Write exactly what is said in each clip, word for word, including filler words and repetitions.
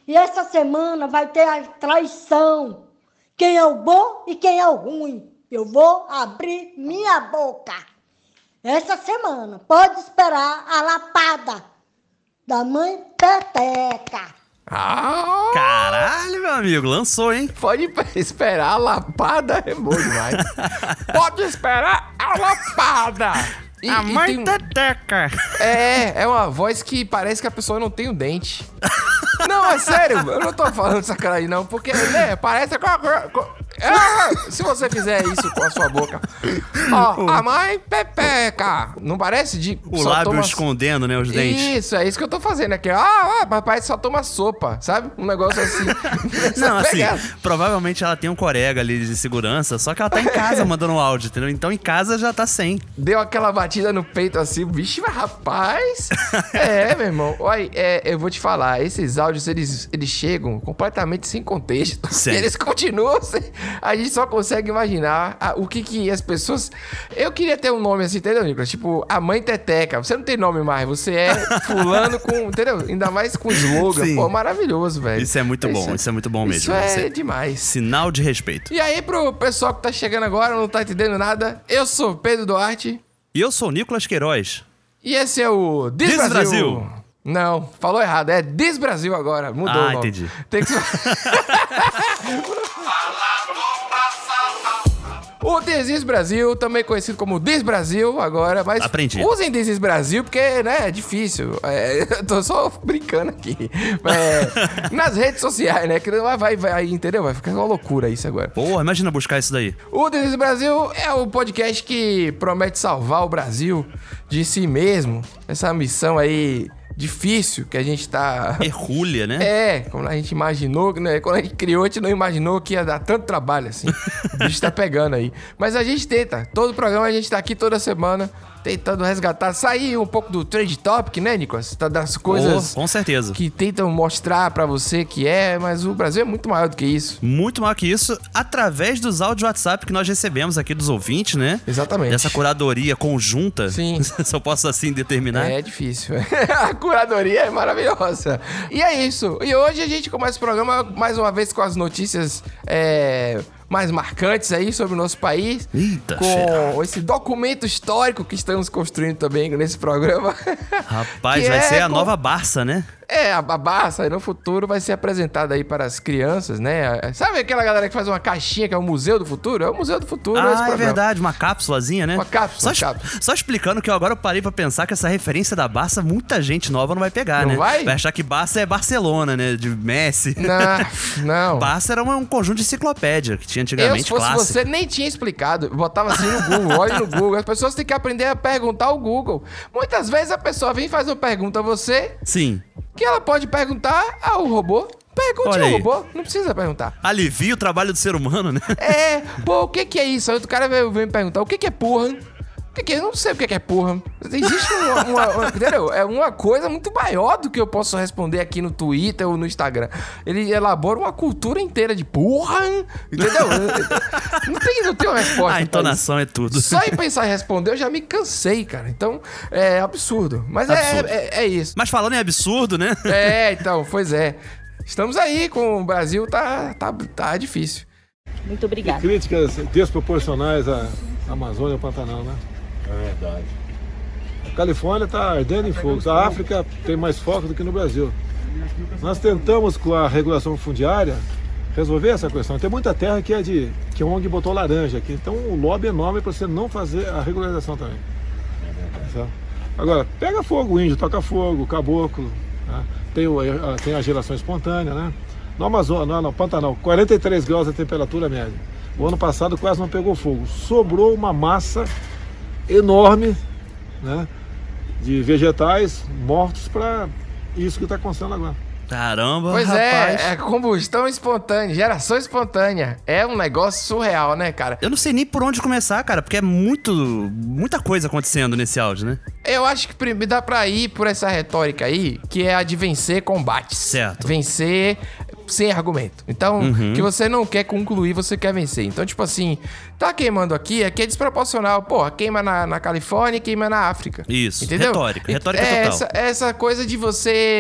E essa semana vai ter a traição. Quem é o bom e quem é o ruim. Eu vou abrir minha boca. Essa semana, pode esperar a lapada da mãe Peteca. Ah, caralho, meu amigo, lançou, hein? Pode esperar a lapada, é bom demais. Pode esperar a lapada. E, a mãe tem... Teteca. É, é uma voz que parece que a pessoa não tem o dente. Não, é sério, eu não tô falando sacanagem não, porque, né, parece... Se você fizer isso com a sua boca. Ó, a mãe Pepeca. Não parece de... O lábio toma... escondendo, né, os dentes. Isso, é isso que eu tô fazendo aqui. Ah, ah, papai só toma sopa, sabe? Um negócio assim. Não, assim, provavelmente ela tem um colega ali de segurança, só que ela tá em casa mandando um áudio, entendeu? Então em casa já tá sem. Deu aquela batida no peito assim, vixe, mas rapaz. É, meu irmão. Olha, é, eu vou te falar, esses áudios, eles, eles chegam completamente sem contexto. Sim. Eles continuam sem... A gente só consegue imaginar a, o que que as pessoas... Eu queria ter um nome assim, entendeu, Nicolas? Tipo, a mãe Teteca. Você não tem nome mais, você é fulano com... Entendeu? Ainda mais com slogan. Sim. Pô, maravilhoso, velho. Isso é muito bom, isso, isso é muito bom mesmo. Isso é você... demais. Sinal de respeito. E aí, pro pessoal que tá chegando agora, não tá entendendo nada, eu sou Pedro Duarte. E eu sou o Nicolas Queiroz. E esse é o Diz, Diz Brasil. Brasil. Não, falou errado. É Diz Brasil agora. Mudou ah, o nome. entendi. Tem que... O Diz Brasil, também conhecido como Diz Brasil agora, mas Aprendi. Usem Diz Brasil porque, né, é difícil. É, eu tô só brincando aqui. É, nas redes sociais, né, que vai, vai, vai, entendeu? Vai ficar uma loucura isso agora. Porra, imagina buscar isso daí. O Diz Brasil é o podcast que promete salvar o Brasil de si mesmo. Essa missão aí... difícil que a gente tá... Hercúlea, né? É, como a gente imaginou, né? Quando a gente criou, a gente não imaginou que ia dar tanto trabalho assim. O bicho tá pegando aí. Mas a gente tenta. Todo programa a gente tá aqui toda semana tentando resgatar, sair um pouco do trade topic, né, Nicolas? Das coisas... Oh, com certeza. Que tentam mostrar pra você que é, mas o Brasil é muito maior do que isso. Muito maior que isso, através dos áudios WhatsApp que nós recebemos aqui dos ouvintes, né? Exatamente. Dessa curadoria conjunta. Sim. Se eu posso assim determinar. É difícil. A curadoria é maravilhosa. E é isso. E hoje a gente começa o programa mais uma vez com as notícias... É... mais marcantes aí sobre o nosso país. Eita, com cheira. Esse documento histórico que estamos construindo também nesse programa. Rapaz, vai é ser a com... nova Barça, né? É, a Barça aí no futuro vai ser apresentada aí para as crianças, né? Sabe aquela galera que faz uma caixinha que é o Museu do Futuro? É o Museu do Futuro. Ah, esse é programa. verdade, uma cápsulazinha, né? Uma cápsula, só, uma cápsula. Só explicando que eu agora eu parei pra pensar que essa referência da Barça, muita gente nova não vai pegar, não né? Vai? Vai achar que Barça é Barcelona, né? De Messi. Não, não. Barça era um, um conjunto de enciclopédia que tinha antigamente. Eu, se fosse clássico. Você, nem tinha explicado. Eu botava assim no Google, olha no Google. As pessoas têm que aprender a perguntar ao Google. Muitas vezes a pessoa vem e faz uma pergunta a você. Sim. Que ela pode perguntar ao robô. Pergunte ao robô, não precisa perguntar. Alivia o trabalho do ser humano, né? É, pô, o que que é isso? Aí o cara vem, vem me perguntar, o que que é porra? O que que é? Eu não sei o que que é porra. Existe uma, uma, uma... Entendeu? É uma coisa muito maior do que eu posso responder aqui no Twitter ou no Instagram. Ele elabora uma cultura inteira de porra, entendeu? Não tem, não tem uma resposta. A entonação é tudo. Só em pensar em responder eu já me cansei, cara. Então, é absurdo. Mas absurdo. É, é, é isso. Mas falando em absurdo, né? É, então, pois é. Estamos aí com o Brasil, tá, tá, tá difícil. Muito obrigada. E críticas desproporcionais à Amazônia e ao Pantanal, né? É verdade. A Califórnia está ardendo em fogo. A África tem mais foco do que no Brasil. Nós tentamos, com a regulação fundiária, resolver essa questão. Tem muita terra que é de que a O N G botou laranja aqui. Então o lobby é enorme para você não fazer a regularização também. Certo? Agora, pega fogo, o índio toca fogo, o caboclo. Né? Tem, o, tem a geração espontânea, né? No Amazonas, no, no Pantanal, quarenta e três graus a temperatura média. O ano passado quase não pegou fogo. Sobrou uma massa enorme, né, de vegetais mortos para isso que está acontecendo agora. Caramba, pois rapaz. é, é combustão espontânea, geração espontânea. É um negócio surreal, né, cara? Eu não sei nem por onde começar, cara, porque é muito, muita coisa acontecendo nesse áudio, né? Eu acho que dá pra ir por essa retórica aí, que é a de vencer combates. Certo. Vencer sem argumento. Então, uhum. que você não quer concluir, você quer vencer. Então, tipo assim, tá queimando aqui, aqui é desproporcional. Porra, queima na, na Califórnia e queima na África. Isso, entendeu? retórica, retórica é total. Essa, essa coisa de você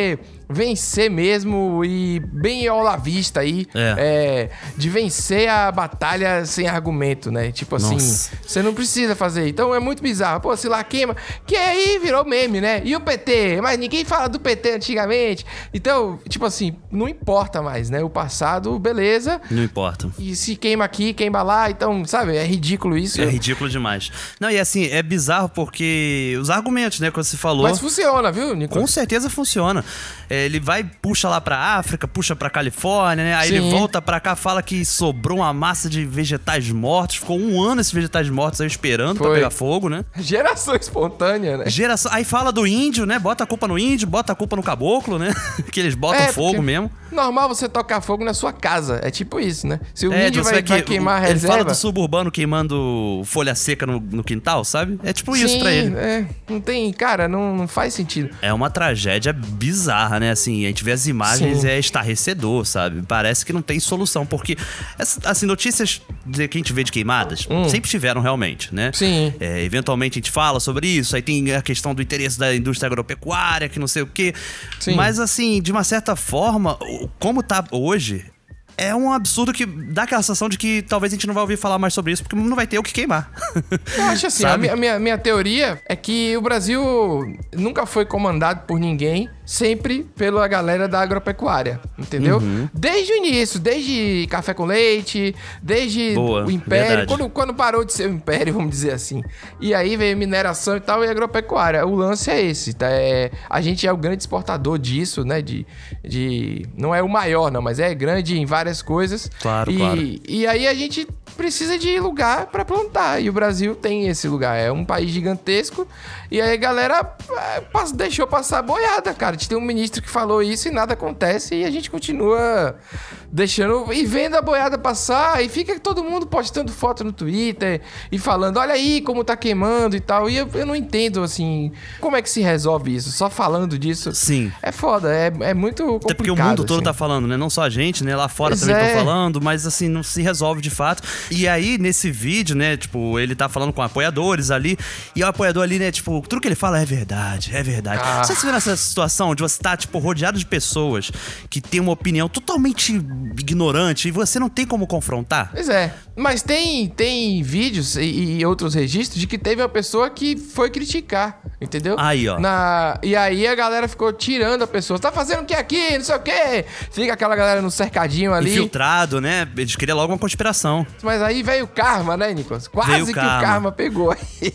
vencer mesmo e bem ao la vista aí, É. é, de vencer a batalha sem argumento, né? Tipo assim, Nossa. você não precisa fazer. Então é muito bizarro. Pô, se lá queima, que aí virou meme, né? E o P T? Mas ninguém fala do P T antigamente. Então, tipo assim, não importa mais, né? O passado, beleza. Não importa. E se queima aqui, queima lá, então, sabe? É ridículo isso. É ridículo demais. Não, e assim, é bizarro porque os argumentos, né, que você falou... Mas funciona, viu, Nico? Com certeza funciona. É, ele vai, puxa lá pra África, puxa pra Califórnia, né? Aí Sim. ele volta pra cá, fala que sobrou uma massa de vegetais mortos. Ficou um ano esses vegetais mortos aí esperando Foi. pra pegar fogo, né? Geração espontânea, né? Geração... Aí fala do índio, né? Bota a culpa no índio, bota a culpa no caboclo, né? Que eles botam É, fogo porque mesmo. Normal você tocar fogo na sua casa. É tipo isso, né? Se o É, índio você vai, vê que vai queimar a ele reserva... fala do suburbano queimando folha seca no, no quintal, sabe? É tipo isso Sim, pra ele. É, não tem... Cara, não, não faz sentido. É uma tragédia bizarra, né? Assim, a gente vê as imagens, Sim. é estarrecedor, sabe? Parece que não tem solução, porque, essa- assim, notícias de- que a gente vê de queimadas Hum. sempre tiveram realmente, né? Sim. É, eventualmente a gente fala sobre isso, aí tem a questão do interesse da indústria agropecuária, que não sei o quê. Sim. Mas, assim, de uma certa forma, o- como tá hoje... É um absurdo que dá aquela sensação de que talvez a gente não vai ouvir falar mais sobre isso, porque não vai ter o que queimar. Eu acho assim, a Sabe? minha, a minha, minha teoria é que o Brasil nunca foi comandado por ninguém, sempre pela galera da agropecuária, entendeu? Uhum. Desde o início, desde café com leite, desde Boa, o império, verdade. quando, quando parou de ser o império, vamos dizer assim. E aí veio mineração e tal, e agropecuária. O lance é esse, tá? É, a gente é o grande exportador disso, né? De, de, não é o maior, não, mas é grande em várias coisas. Claro, e, claro. E aí a gente precisa de lugar pra plantar. E o Brasil tem esse lugar. É um país gigantesco. E aí a galera é, pass- deixou passar a boiada, cara. A gente tem um ministro que falou isso e nada acontece. E a gente continua deixando e vendo a boiada passar. E fica todo mundo postando foto no Twitter e falando, olha aí como tá queimando e tal. E eu, eu não entendo, assim, como é que se resolve isso? Só falando disso. Sim. É foda, é, é muito complicado. Até porque o mundo todo assim. tá falando, né? Não só a gente, né? Lá fora Pois também é. estão falando, mas assim, não se resolve de fato. E aí, nesse vídeo, né? Tipo, ele tá falando com apoiadores ali, e o apoiador ali, né? Tipo, tudo que ele fala é verdade, é verdade. Ah. Você se vê nessa situação de você tá, tipo, rodeado de pessoas que têm uma opinião totalmente ignorante e você não tem como confrontar? Pois é, mas tem, tem vídeos e, e outros registros de que teve uma pessoa que foi criticar, entendeu? Aí, ó. Na, e aí a galera ficou tirando a pessoa. Tá fazendo o que aqui? Não sei o quê. Fica aquela galera no cercadinho ali. Infiltrado, né? Eles queriam logo uma conspiração. Mas aí veio o karma, né, Nicolas? Quase Veio o que karma. o karma pegou.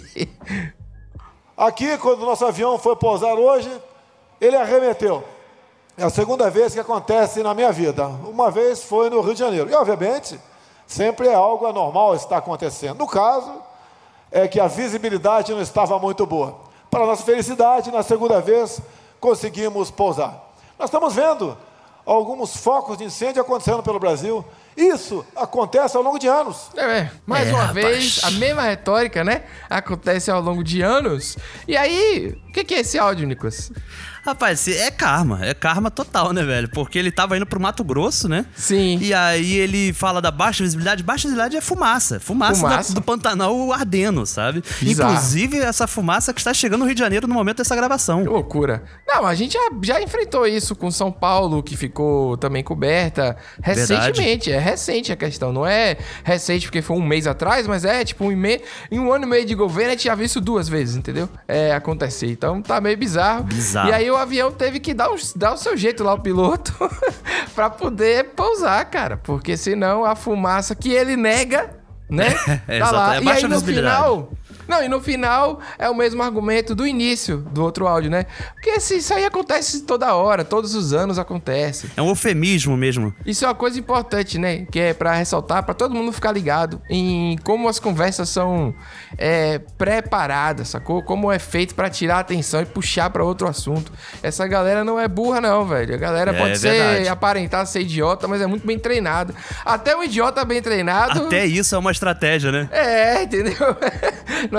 Aqui, quando o nosso avião foi pousar hoje, ele arremeteu. É a segunda vez que acontece na minha vida. Uma vez foi no Rio de Janeiro. E, obviamente, sempre é algo anormal está acontecendo. No caso, é que a visibilidade não estava muito boa. Para nossa felicidade, na segunda vez, conseguimos pousar. Nós estamos vendo alguns focos de incêndio acontecendo pelo Brasil. Isso acontece ao longo de anos. É, mais É, uma rapaz. vez, a mesma retórica, né? Acontece ao longo de anos. E aí, o que, que é esse áudio, Nicolas? Rapaz, é karma, é karma total, né, velho? Porque ele tava indo pro Mato Grosso, né? Sim. E aí ele fala da baixa visibilidade. Baixa visibilidade é fumaça. Fumaça, Fumaça. da- do Pantanal ardendo, sabe? Bizarro. Inclusive, essa fumaça que está chegando no Rio de Janeiro no momento dessa gravação. Que loucura. Não, a gente já, já enfrentou isso com São Paulo, que ficou também coberta recentemente. É recente a questão. Não é recente porque foi um mês atrás, mas é tipo um mês. Em um ano e meio de governo, a gente já viu isso duas vezes, entendeu? É acontecer. Então tá meio bizarro. Bizarro. E aí o avião teve que dar, um, dar o seu jeito lá, o piloto, pra poder pousar, cara. Porque senão a fumaça que ele nega, né? É, tá exato. lá. É E baixa aí no visibilidade. final. Não, e no final é o mesmo argumento do início do outro áudio, né? Porque assim, isso aí acontece toda hora, todos os anos acontece. É um eufemismo mesmo. Isso é uma coisa importante, né? Que é pra ressaltar, pra todo mundo ficar ligado em como as conversas são é, preparadas, sacou? Como é feito pra tirar a atenção e puxar pra outro assunto. Essa galera não é burra, não, velho. A galera É pode ser, verdade. aparentar ser idiota, mas é muito bem treinado. Até um idiota bem treinado. Até isso é uma estratégia, né? É, entendeu? Não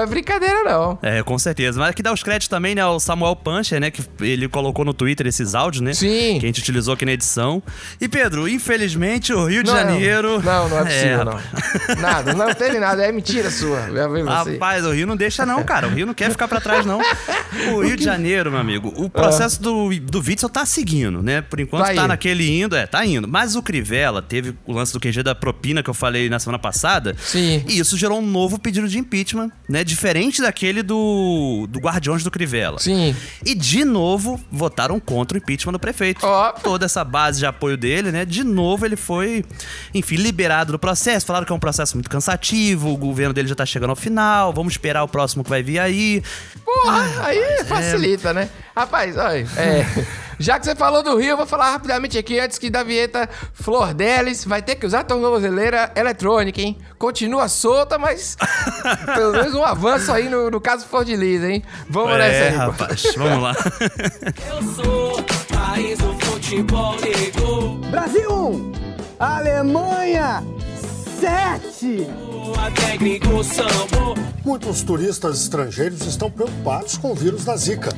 é brincadeira, não. É, com certeza. Mas aqui dá os créditos também, né, ao Samuel Puncher, né, que ele colocou no Twitter esses áudios, né? Sim. Que a gente utilizou aqui na edição. E, Pedro, infelizmente, o Rio de não, Janeiro... Não, não é possível, é, não. Nada, não teve nada. É mentira sua. Já vi você. Rapaz, o Rio não deixa não, cara. O Rio não quer ficar pra trás, não. O Rio de Janeiro, meu amigo, o processo ah. do, do Witzel tá seguindo, né? Por enquanto tá, tá naquele indo, é, tá indo. Mas o Crivella teve o lance do Q G da propina que eu falei na semana passada. Sim. E isso gerou um novo pedido de impeachment, né? Diferente daquele do, do Guardiões do Crivella. Sim. E de novo votaram contra o impeachment do prefeito. Oh. Toda essa base de apoio dele, né? De novo ele foi, enfim, liberado do processo. Falaram que é um processo muito cansativo, o governo dele já tá chegando ao final, vamos esperar o próximo que vai vir aí. Porra, aí é... facilita, né? Rapaz, olha, é... Já que você falou do Rio, eu vou falar rapidamente aqui, antes que da vinheta Flor Delis, vai ter que usar a tornozeleira eletrônica, hein? Continua solta, mas pelo menos um avanço aí no, no caso Flor de Lis, hein? Vamos é, nessa aí. Rapaz, vamos lá. Eu sou país do futebol negro. Brasil um, Alemanha sete. Muitos turistas estrangeiros estão preocupados com o vírus da Zika.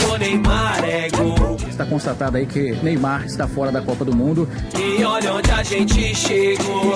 Está constatado aí que Neymar está fora da Copa do Mundo. E olha onde a gente chegou.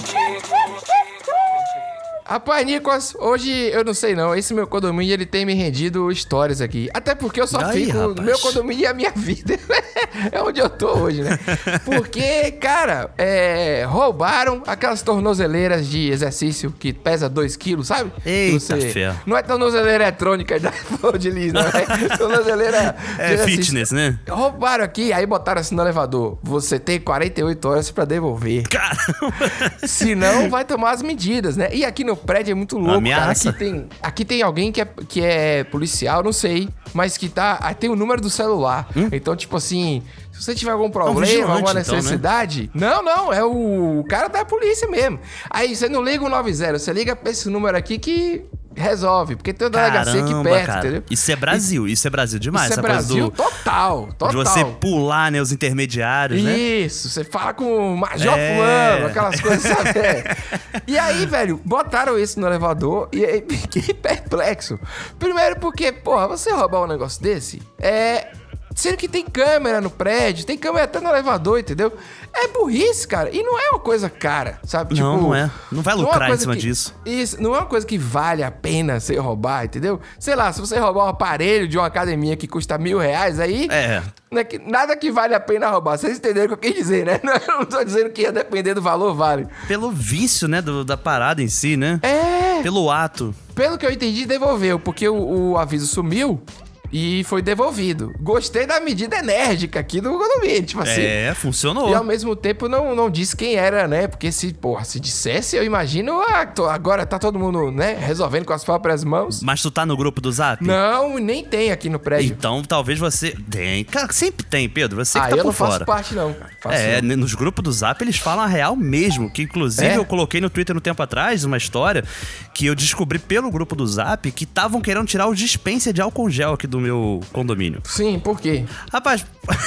Rapaz, Nicolas, hoje eu não sei não, esse meu condomínio ele tem me rendido histórias aqui. Até porque eu só Aí, fico rapaz. no meu condomínio e a minha vida. É onde eu tô hoje, né? Porque, cara, é, roubaram aquelas tornozeleiras de exercício que pesa dois quilos, sabe? Eita, Você, fé. não é tornozeleira eletrônica da Flor de Lis, não é? Tornozeleira de É exercício. fitness, né? Roubaram aqui, aí botaram assim no elevador. Você tem quarenta e oito horas pra devolver. Caramba! Senão vai tomar as medidas, né? E aqui no prédio é muito louco, Ameaça. cara. Aqui tem, aqui tem alguém que é, que é policial, não sei, mas que tá... Aí tem o número do celular. Hum? Então, tipo assim, se você tiver algum problema, vigilante, alguma então, necessidade... Né? Não, não, é o, o cara da polícia mesmo. Aí você não liga o noventa, você liga pra esse número aqui que... resolve, porque tem uma delegacia aqui perto, cara. entendeu? Isso é Brasil, isso é Brasil demais. Isso é essa coisa Brasil do, total, total. de você pular, né, os intermediários, né? Isso, você fala com o Major É. Fulano, aquelas coisas, sabe? É. E aí, velho, botaram isso no elevador e aí fiquei perplexo. Primeiro porque, porra, você roubar um negócio desse, é... Sendo que tem câmera no prédio, tem câmera até no elevador, entendeu? É burrice, cara. E não é uma coisa cara, sabe? Não, tipo, não é. Não vai não é uma lucrar em coisa cima que- disso. Isso, não é uma coisa que vale a pena você roubar, entendeu? Sei lá, se você roubar um aparelho de uma academia que custa mil reais, aí... É. não é que- nada que vale a pena roubar. Vocês entenderam o que eu quis dizer, né? Não, eu não tô dizendo que ia depender do valor, vale. Pelo vício, né, do- da parada em si, né? É... Pelo ato. Pelo que eu entendi, devolveu, porque o, o aviso sumiu e foi devolvido. Gostei da medida enérgica aqui do condomínio, tipo assim. É, funcionou. E ao mesmo tempo não, não disse quem era, né? Porque se, porra, se dissesse, eu imagino, ah, tô- agora tá todo mundo, né, resolvendo com as próprias mãos. Mas tu tá no grupo do Zap? Não, nem tem aqui no prédio. Então talvez você... Tem. Cara, sempre tem, Pedro. Você que ah, tá eu por não fora. faço parte, não. cara. Faço É, não. nos grupos do Zap eles falam a real mesmo. Que inclusive É? eu coloquei no Twitter um tempo atrás uma história que eu descobri pelo grupo do Zap que estavam querendo tirar o dispenser de álcool gel aqui do meu condomínio. Sim, por quê? Rapaz,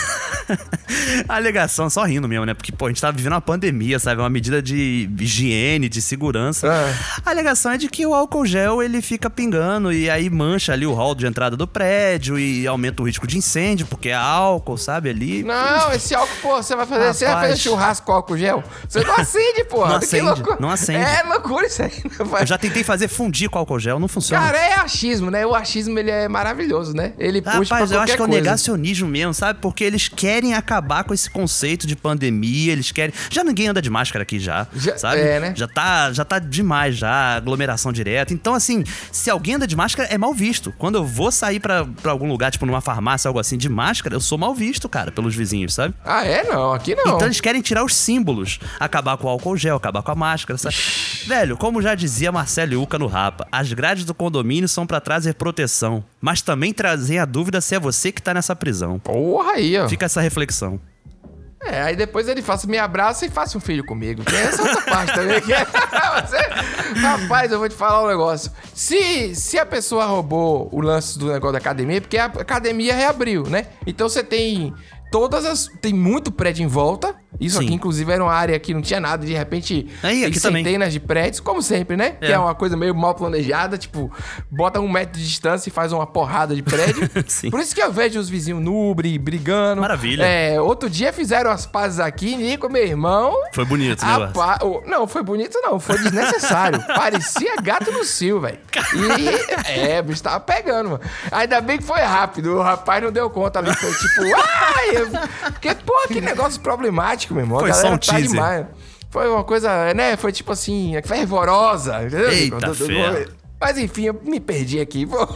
a alegação, só rindo mesmo, né? Porque, pô, a gente tá vivendo uma pandemia, sabe? Uma medida de higiene, de segurança. Ah. A alegação é de que o álcool gel, ele fica pingando e aí mancha ali o hall de entrada do prédio e aumenta o risco de incêndio, porque é álcool, sabe? Ali... Não, esse álcool, pô, você vai fazer, você vai Rapaz. fazer churrasco com álcool gel? Você não acende, porra. Não Que acende, loucura. não acende. É loucura isso aí. Não vai- Eu já tentei fazer fundir com álcool gel, não funciona. Cara, é achismo, né? O achismo, ele é maravilhoso, né? Ele puxa Rapaz, pra eu qualquer acho que é o coisa. negacionismo mesmo, sabe? Porque eles querem acabar com esse conceito de pandemia, eles querem... Já ninguém anda de máscara aqui já, Já- sabe? é, né? Já tá, já tá demais já, aglomeração direta. Então, assim, se alguém anda de máscara, é mal visto. Quando eu vou sair pra, pra algum lugar, tipo numa farmácia, algo assim, de máscara, eu sou mal visto, cara, pelos vizinhos, sabe? Ah, é? Não, aqui não. Então eles querem tirar os símbolos, acabar com o álcool gel, acabar com a máscara, sabe? Velho, como já dizia Marcelo Iuca no Rapa, as grades do condomínio são pra trazer proteção, mas também trazer a dúvida se é você que tá nessa prisão. Porra aí, ó. Fica essa reflexão. É, aí depois ele faça, me abraça e faça um filho comigo. Tem essa outra parte também. Que é... Você... Rapaz, eu vou te falar um negócio. Se, se a pessoa roubou o lance do negócio da academia, porque a academia reabriu, né? Então você tem todas as... Tem muito prédio em volta Isso Sim. aqui, inclusive, era uma área que não tinha nada. De repente, Aí, aqui tem também. centenas de prédios, como sempre, né? É. Que é uma coisa meio mal planejada. Tipo, bota um metro de distância e faz uma porrada de prédio. Sim. Por isso que eu vejo os vizinhos nubre, brigando. Maravilha. É, outro dia fizeram as pazes aqui, Nico, meu irmão. Foi bonito, né? Apa- o- Não, foi bonito não, foi desnecessário. Parecia gato no cio, velho. E, é, o bicho tava pegando, mano. Ainda bem que foi rápido, o rapaz não deu conta ali, foi tipo, ai, eu... porque, pô, que negócio problemático, meu irmão. Foi A galera só um tá teaser. demais. Foi uma coisa, né, foi tipo assim, fervorosa, entendeu? Eita, Do- do- do- ferro. Mas enfim, eu me perdi aqui, pô.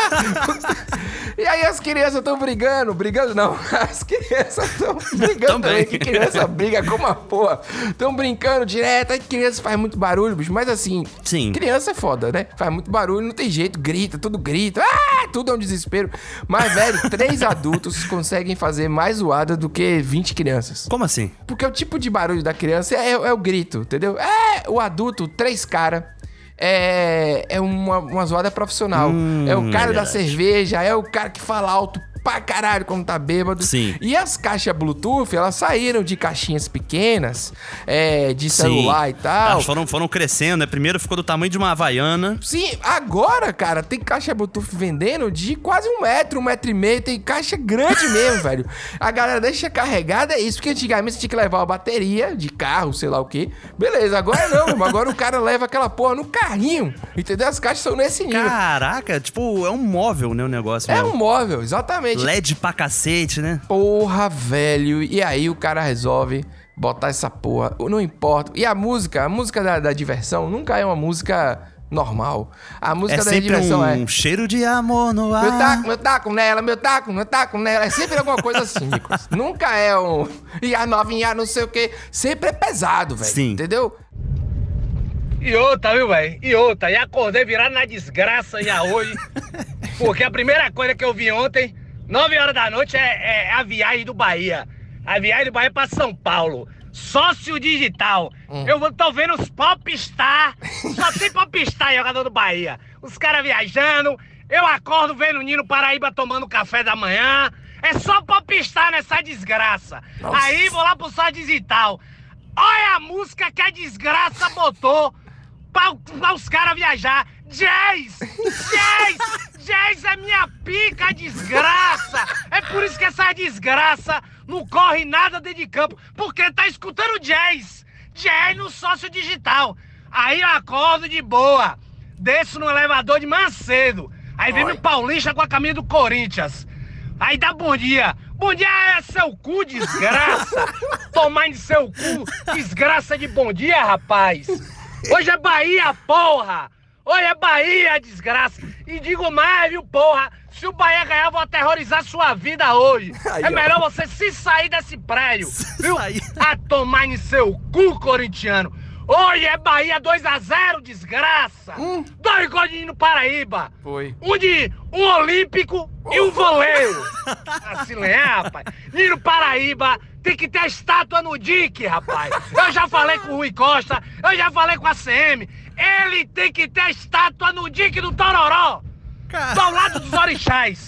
E aí as crianças estão brigando, brigando não, as crianças estão brigando também. Também. Que criança briga com uma porra. Estão brincando direto, aí criança faz muito barulho, bicho, mas assim, Sim. criança é foda, né? Faz muito barulho, não tem jeito, grita, tudo grita, ah, tudo é um desespero. Mas, velho, três adultos conseguem fazer mais zoada do que vinte crianças. Como assim? Porque o tipo de barulho da criança é, é o grito, entendeu? É o adulto, três caras. É, é uma, uma zoada profissional. Hum, é o cara é da verdade. cerveja, é o cara que fala alto pra caralho quando tá bêbado. Sim. E as caixas Bluetooth, elas saíram de caixinhas pequenas, é, de celular Sim. e tal. Elas foram, foram crescendo, né? Primeiro ficou do tamanho de uma Havaiana. Sim, agora, cara, tem caixa Bluetooth vendendo de quase um metro, um metro e meio. Tem caixa grande mesmo, velho. A galera deixa carregada, é isso. Porque antigamente você tinha que levar uma bateria de carro, sei lá o quê. Beleza, agora não, irmão. Agora o cara leva aquela porra no carrinho. Entendeu? As caixas são nesse nível. Caraca, tipo, é um móvel, né, o negócio. É mesmo. um móvel, exatamente. L E D pra cacete, né? Porra, velho. E aí o cara resolve botar essa porra. Não importa. E a música, a música da, da diversão nunca é uma música normal. A música É da sempre diversão um é... cheiro de amor no Meu ar. taco, meu taco nela, meu taco, meu taco nela. É sempre alguma coisa assim, Nicolas. Nunca é um... E a novinha, não sei o quê. Sempre é pesado, velho. Sim. Entendeu? E outra, viu, velho? E outra. E acordei virado na desgraça já hoje. Porque a primeira coisa que eu vi ontem, nove horas da noite, é, é a viagem do Bahia. A viagem do Bahia pra São Paulo. Sócio digital. Hum. Eu vou- tô vendo os popstar. Só tem popstar jogador do Bahia. Os caras viajando. Eu acordo vendo o Nino Paraíba tomando café da manhã. É só popstar nessa desgraça. Nossa. Aí vou lá pro sócio digital. Olha a música que a desgraça botou pra, pra os caras viajar. Jazz! Jazz! Jazz é minha pica, desgraça! É por isso que essa desgraça não corre nada dentro de campo, porque tá escutando jazz! Jazz no sócio digital. Aí eu acordo de boa, desço no elevador de manhã cedo. Aí vem o Paulista com a camisa do Corinthians. Aí dá bom dia. Bom dia é seu cu, desgraça! Tomar em seu cu, desgraça de bom dia, rapaz! Hoje é Bahia, porra! Hoje é Bahia, desgraça! E digo mais, viu, porra? Se o Bahia ganhar, eu vou aterrorizar sua vida hoje! Aí, É ó. melhor você se sair desse prédio, viu? sair. A tomar em seu cu, corintiano! Hoje é Bahia dois a zero, desgraça! Dois gols de Nino Paraíba! Foi. Um de um olímpico e um voleio. Assim, né, rapaz? Nino Paraíba tem que ter estátua no D I C, rapaz. Eu já falei com o Rui Costa, eu já falei com a C M. Ele tem que ter estátua no D I C do Tororó. Do lado dos orixás.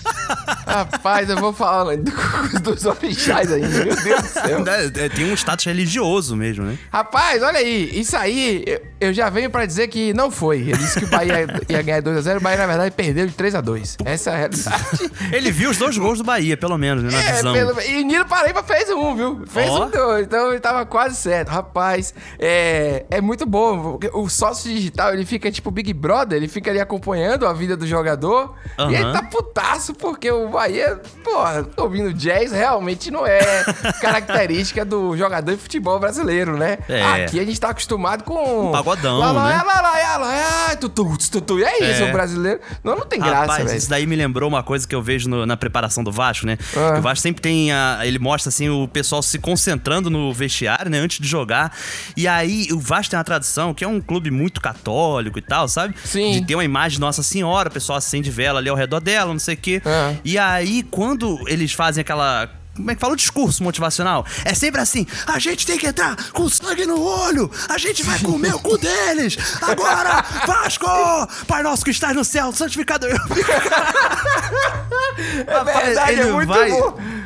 Rapaz, eu vou falar do- dos orixás ainda, meu Deus do céu. É, é, tem um status religioso mesmo, né? Rapaz, olha aí, isso aí, eu, eu já venho pra dizer que não foi. Ele disse que o Bahia ia ganhar dois a zero, o Bahia, na verdade, perdeu de três a dois. Essa é a realidade. Ele viu os dois gols do Bahia, pelo menos, né? Na É, visão. pelo- e Nino Paraíba fez um, viu? Fez Ó. um dois, então ele tava quase certo. Rapaz, é, é muito bom. porque O sócio digital, ele fica tipo Big Brother, ele fica ali acompanhando a vida do jogador. Aham. E ele tá putaço porque o Bahia, porra, ouvindo jazz realmente não é característica do jogador de futebol brasileiro, né? É. Aqui a gente tá acostumado com... Um pagodão, lá, lá, né? Lá, lá, lá, lá, lá, tutu, tutu. E é isso, É. o brasileiro. Não, não tem graça, Rapaz, velho. isso daí me lembrou uma coisa que eu vejo no- na preparação do Vasco, né? Ah. Que o Vasco sempre tem a, ele mostra assim o pessoal se concentrando no vestiário, né, antes de jogar. E aí o Vasco tem uma tradição que é um clube muito católico e tal, sabe? Sim. De ter uma imagem de Nossa Senhora, o pessoal acende vela ali ao redor dela, não sei o quê. Ah. E aí quando eles fazem aquela como é que fala o discurso motivacional? É sempre assim, a gente tem que entrar com sangue no olho, a gente vai comer o cu deles, agora, Vasco! Pai nosso que estás no céu, santificado... É verdade, ele é muito vai, bom.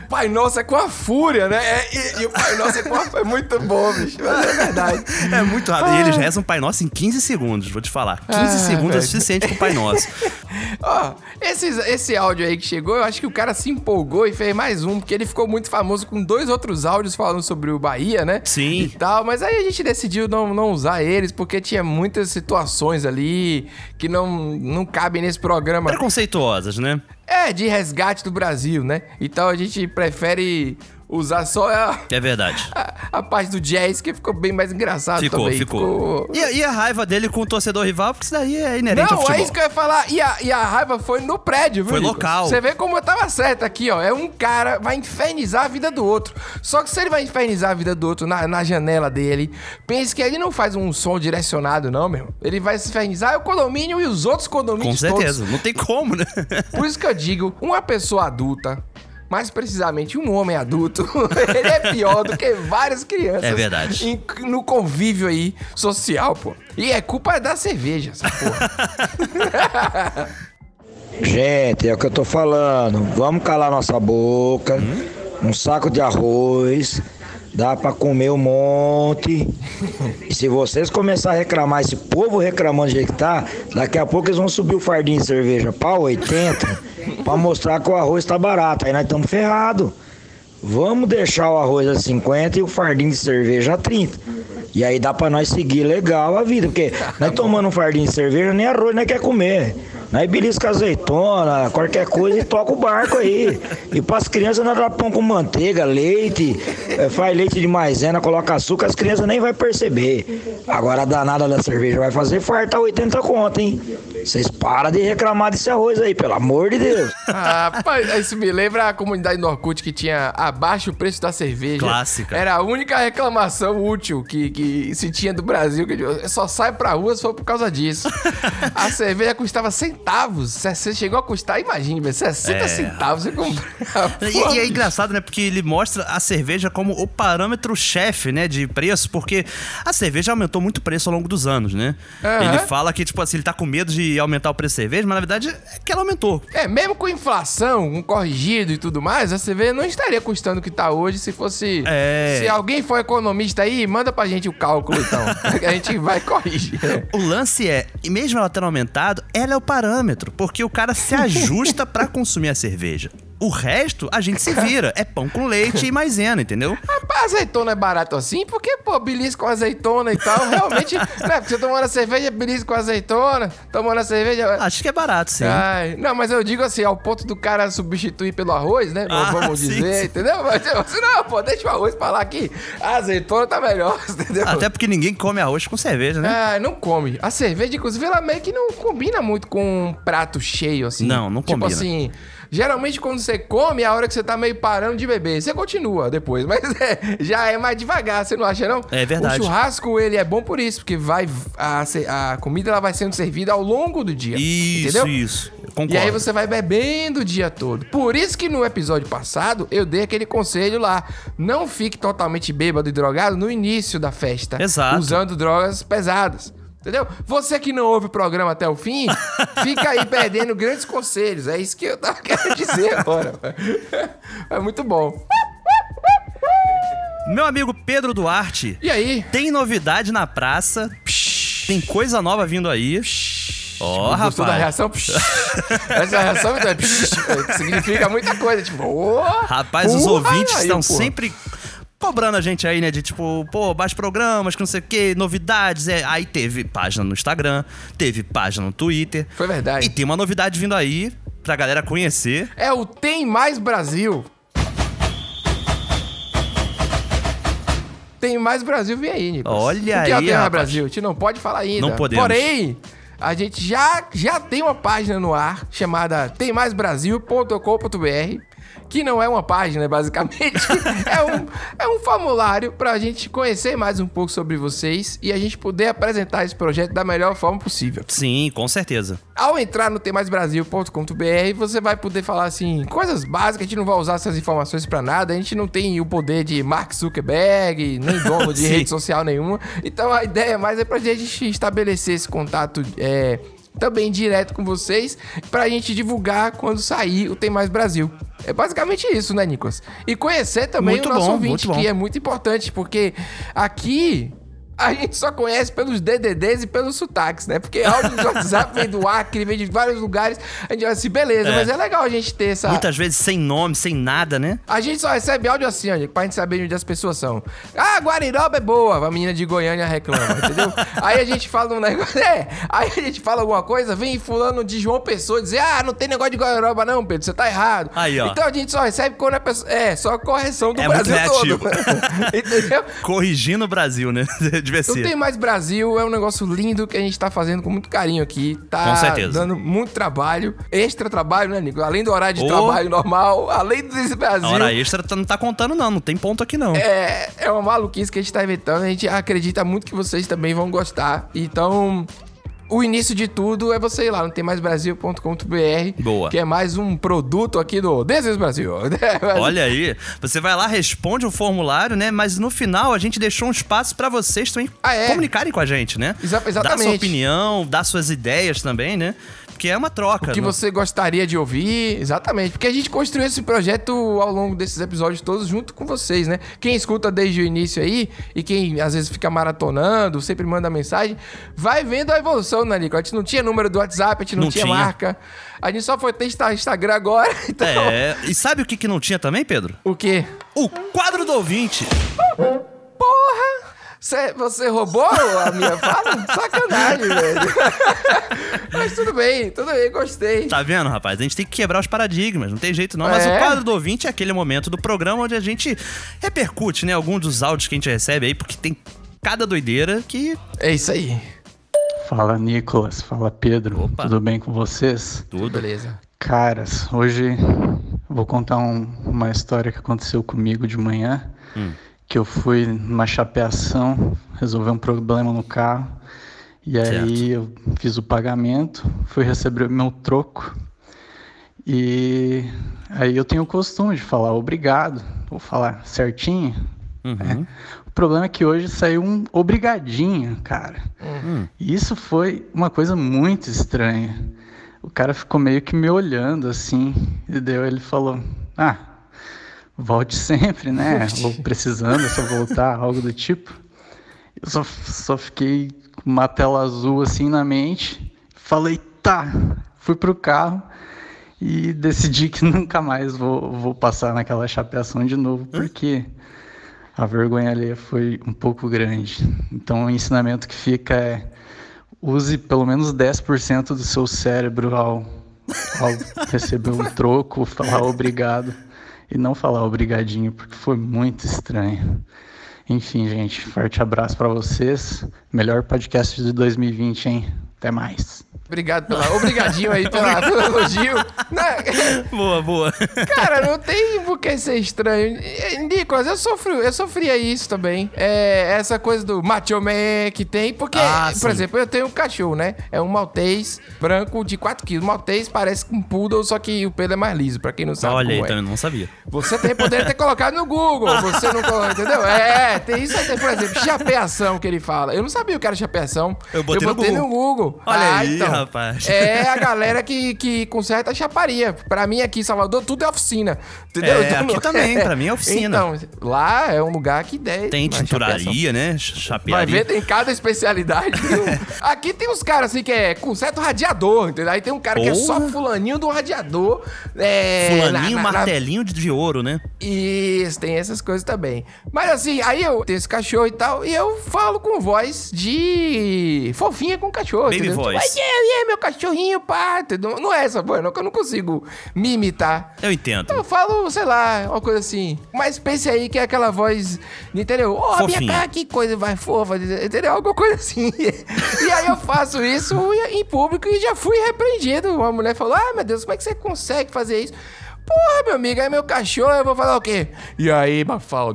Pai Nosso é com a fúria, né? É, e, e o Pai Nosso é com a fúria. É muito bom, bicho. Mas é verdade. É muito rápido. E eles rezam o Pai Nosso em quinze segundos, vou te falar. quinze ah, segundos é suficiente pro Pai Nosso. Ó, esse, esse áudio aí que chegou, eu acho que o cara se empolgou e fez mais um, porque ele ficou muito famoso com dois outros áudios falando sobre o Bahia, né? Sim. E tal, mas aí a gente decidiu não, não usar eles, porque tinha muitas situações ali que não, não cabem nesse programa. Preconceituosas, né? É, de resgate do Brasil, né? Então a gente prefere usar só a... É verdade. A, a parte do jazz, que ficou bem mais engraçado ficou, também. Ficou, ficou. E, e a raiva dele com o torcedor rival, porque isso daí é inerente não, ao futebol. Não, é isso que eu ia falar. E a, e a raiva foi no prédio, viu, Foi Nicolas? local. Você vê como eu tava certo aqui, ó. É um cara, vai infernizar a vida do outro. Só que se ele vai infernizar a vida do outro na, na janela dele, pense que ele não faz um som direcionado, não, meu. Ele vai se infernizar o condomínio e os outros condomínios todos. Com certeza, todos. Não tem como, né? Por isso que eu digo, uma pessoa adulta, mais precisamente um homem adulto, ele é pior do que várias crianças. É verdade. Em, no convívio aí social, pô. E é culpa da cerveja, essa porra. Gente, é o que eu tô falando. Vamos calar nossa boca. Hum? Um saco de arroz. Dá pra comer um monte. E se vocês começarem a reclamar, esse povo reclamando do jeito que tá, daqui a pouco eles vão subir o fardinho de cerveja pra oitenta, pra mostrar que o arroz tá barato. Aí nós estamos ferrados. Vamos deixar o arroz a cinquenta e o fardinho de cerveja a trinta. E aí dá pra nós seguir legal a vida, porque nós tomando um fardinho de cerveja, nem arroz nós quer comer. Nós belisca azeitona, qualquer coisa e toca o barco aí. E pras crianças nós dá pão com manteiga, leite, faz leite de maisena, coloca açúcar, as crianças nem vai perceber. Agora a danada da cerveja vai fazer farta oitenta conto, hein? Vocês param de reclamar desse arroz aí, pelo amor de Deus. Ah, rapaz, isso me lembra a comunidade do Orkut que tinha abaixo o preço da cerveja. Clássica. Era a única reclamação útil que, que se tinha do Brasil, que só sai pra rua se for por causa disso. A cerveja custava centavos. Você chegou a custar, imagine, sessenta é. centavos você comprava. E, e é engraçado, né? Porque ele mostra a cerveja como o parâmetro-chefe, né? De preço, porque a cerveja aumentou muito o preço ao longo dos anos, né? Uhum. Ele fala que, tipo assim, ele tá com medo de aumentar o preço da cerveja, mas na verdade é que ela aumentou. É, mesmo com inflação, um corrigido e tudo mais, a cerveja não estaria custando o que tá hoje se fosse... É... Se alguém for economista aí, manda pra gente o cálculo, então. A gente vai corrigir. O lance é, e mesmo ela tendo aumentado, ela é o parâmetro, porque o cara se ajusta pra consumir a cerveja. O resto, a gente se vira. É pão com leite e maisena, entendeu? Rapaz, azeitona é barato assim? Porque, pô, belisco com azeitona e tal, realmente... né? Porque você tomando a cerveja, belisco com azeitona, tomando a cerveja... Acho que é barato, sim. Ai, não, mas eu digo assim, ao ponto do cara substituir pelo arroz, né? Ah, vamos sim, dizer, sim. Entendeu? Mas assim, não, pô, deixa o arroz pra lá aqui. A azeitona tá melhor, entendeu? Até porque ninguém come arroz com cerveja, né? Ah, não come. A cerveja, inclusive, ela meio que não combina muito com um prato cheio, assim. Não, não combina. Tipo assim... Geralmente, quando você come, é a hora que você tá meio parando de beber. Você continua depois, mas é, já é mais devagar, você não acha, não? É verdade. O churrasco, ele é bom por isso, porque vai, a, a comida ela vai sendo servida ao longo do dia. Isso, entendeu? isso. Concordo. E aí você vai bebendo o dia todo. Por isso que no episódio passado, eu dei aquele conselho lá. Não fique totalmente bêbado e drogado no início da festa. Exato. Usando drogas pesadas. Entendeu? Você que não ouve o programa até o fim, fica aí perdendo grandes conselhos. É isso que eu tava querendo dizer agora. É muito bom. Meu amigo Pedro Duarte. E aí? Tem novidade na praça. Psh, tem coisa nova vindo aí. Ó, oh, rapaz. Gostou da reação? Essa reação então, psh, significa muita coisa. Tipo, oh, rapaz, os ouvintes aí, estão porra. sempre... cobrando a gente aí, né, de tipo, pô, mais programas, que não sei o que, novidades. É. Aí teve página no Instagram, teve página no Twitter. Foi verdade. E tem uma novidade vindo aí pra galera conhecer. É o Tem Mais Brasil. Tem Mais Brasil, vem aí, Nicolas. Olha o que aí, é o Tem Mais rapaz. Brasil? A gente não pode falar ainda. Não podemos. Porém, a gente já, já tem uma página no ar chamada tem mais brasil ponto com ponto b r. Que não é uma página, basicamente. é, um, é um formulário pra gente conhecer mais um pouco sobre vocês e a gente poder apresentar esse projeto da melhor forma possível. Sim, com certeza. Ao entrar no tem mais brasil ponto com ponto b r, você vai poder falar assim, coisas básicas, a gente não vai usar essas informações pra nada, a gente não tem o poder de Mark Zuckerberg, nem dono de rede social nenhuma. Então a ideia mais é pra gente estabelecer esse contato é, também direto com vocês, pra gente divulgar quando sair o Tem Mais Brasil. É basicamente isso, né, Nicolas? E conhecer também muito o nosso bom, ouvinte, que é muito importante, porque aqui a gente só conhece pelos D D Ds e pelos sotaques, né? Porque áudio do WhatsApp vem do Acre, vem de vários lugares. A gente vai assim, beleza, é. mas é legal a gente ter essa... Muitas vezes sem nome, sem nada, né? A gente só recebe áudio assim, ó, pra gente saber onde as pessoas são. Ah, Guariroba é boa, a menina de Goiânia reclama, entendeu? Aí a gente fala um negócio... É, aí a gente fala alguma coisa, vem fulano de João Pessoa dizer, ah, não tem negócio de Guariroba não, Pedro, você tá errado. Aí, ó. Então a gente só recebe quando a pessoa... É, só correção do é Brasil muito todo. Entendeu? Corrigindo o Brasil, né? Devia ser. Não tem mais Brasil, é um negócio lindo que a gente tá fazendo com muito carinho aqui. Tá com certeza. Dando muito trabalho, extra trabalho, né, Nico? Além do horário de oh. trabalho normal, além desse Brasil. A hora extra não tá contando não, não tem ponto aqui não. É, é uma maluquice que a gente tá inventando, a gente acredita muito que vocês também vão gostar. Então... O início de tudo é você ir lá no tem mais brasil ponto com ponto b r. Boa. Que é mais um produto aqui do Desenhos Brasil. Olha aí, você vai lá, responde o formulário, né? Mas no final a gente deixou um espaço pra vocês também ah, é? comunicarem com a gente, né? Exa- exatamente. Dar sua opinião, dar suas ideias também, né? Porque é uma troca. O que não? você gostaria de ouvir, exatamente. Porque a gente construiu esse projeto ao longo desses episódios todos junto com vocês, né? Quem escuta desde o início aí e quem às vezes fica maratonando, sempre manda mensagem, vai vendo a evolução, né, Nico? A gente não tinha número do WhatsApp, a gente não, não tinha, tinha marca. A gente só foi testar Instagram agora. Então... É, e sabe o que, que não tinha também, Pedro? O quê? O quadro do ouvinte. Porra! Cê, você roubou a minha fala? Sacanagem, velho. Mas tudo bem, tudo bem, gostei. Tá vendo, rapaz? A gente tem que quebrar os paradigmas, não tem jeito não. É. Mas o quadro do ouvinte é aquele momento do programa onde a gente repercute, né, alguns dos áudios que a gente recebe aí, porque tem cada doideira que... É isso aí. Fala, Nicolas. Fala, Pedro. Opa. Tudo bem com vocês? Tudo. Beleza. Caras, hoje vou contar um, uma história que aconteceu comigo de manhã. Hum. Que eu fui numa chapeação, resolver um problema no carro. E aí certo. eu fiz o pagamento, fui receber o meu troco. E aí eu tenho o costume de falar obrigado, vou falar certinho. Uhum. Né? O problema é que hoje saiu um obrigadinho, cara. Uhum. E isso foi uma coisa muito estranha. O cara ficou meio que me olhando assim, e daí ele falou, ah... volte sempre, né? Ou precisando, é só voltar, algo do tipo. Eu só, só fiquei com uma tela azul assim na mente. Falei, tá. Fui pro carro e decidi que nunca mais vou, vou passar naquela chapeação de novo, porque a vergonha alheia foi um pouco grande. Então o ensinamento que fica é: use pelo menos dez por cento do seu cérebro ao, ao receber um troco, falar obrigado. E não falar obrigadinho, porque foi muito estranho. Enfim, gente, forte abraço pra vocês. Melhor podcast de dois mil e vinte, hein? Até mais. Obrigado pela... Obrigadinho aí pela, pelo elogio. Boa, boa. Cara, não tem por que ser estranho. Nicolas, eu, sofri, eu sofria isso também. É, essa coisa do macho man que tem. Porque, ah, por sim. exemplo, eu tenho um cachorro, né? É um maltês branco de quatro quilos. Maltês parece um poodle, só que o pelo é mais liso, pra quem não sabe. Olha aí, é. também não sabia. Você tem poder ter colocado no Google. Você não colocou, entendeu? É, tem isso aí. Por exemplo, chapeação que ele fala. Eu não sabia o que era chapeação. Eu botei, eu botei no, no Google. Google. Olha ah, aí, então, rapaz. É a galera que, que conserta a chaparia. Pra mim aqui em Salvador tudo é oficina. Entendeu? É, aqui no... também, pra mim é oficina. Então, lá é um lugar que der. Tem tinturaria, né? Chapearia. Vai ver, tem cada especialidade. Tem um... Aqui tem uns caras assim que é conserta o radiador, entendeu? Aí tem um cara Porra. que é só fulaninho do radiador. É... Fulaninho, na, na, martelinho na... de ouro, né? Isso, tem essas coisas também. Mas assim, aí eu tenho esse cachorro e tal, e eu falo com voz de fofinha com o cachorro. Baby entendeu? voice. Tipo, é, é, meu cachorrinho, pá. Entendeu? Não é essa voz, não, que eu não consigo me imitar. Eu entendo. Eu falo, sei lá, uma coisa assim. Mas pense aí que é aquela voz, entendeu? Ó, oh, minha cara, que coisa vai fofa, entendeu? Alguma coisa assim. E aí eu faço isso em público e já fui repreendido. Uma mulher falou, ah, meu Deus, como é que você consegue fazer isso? Porra, meu amigo, aí meu cachorro, eu vou falar o quê? E aí, Mafalda,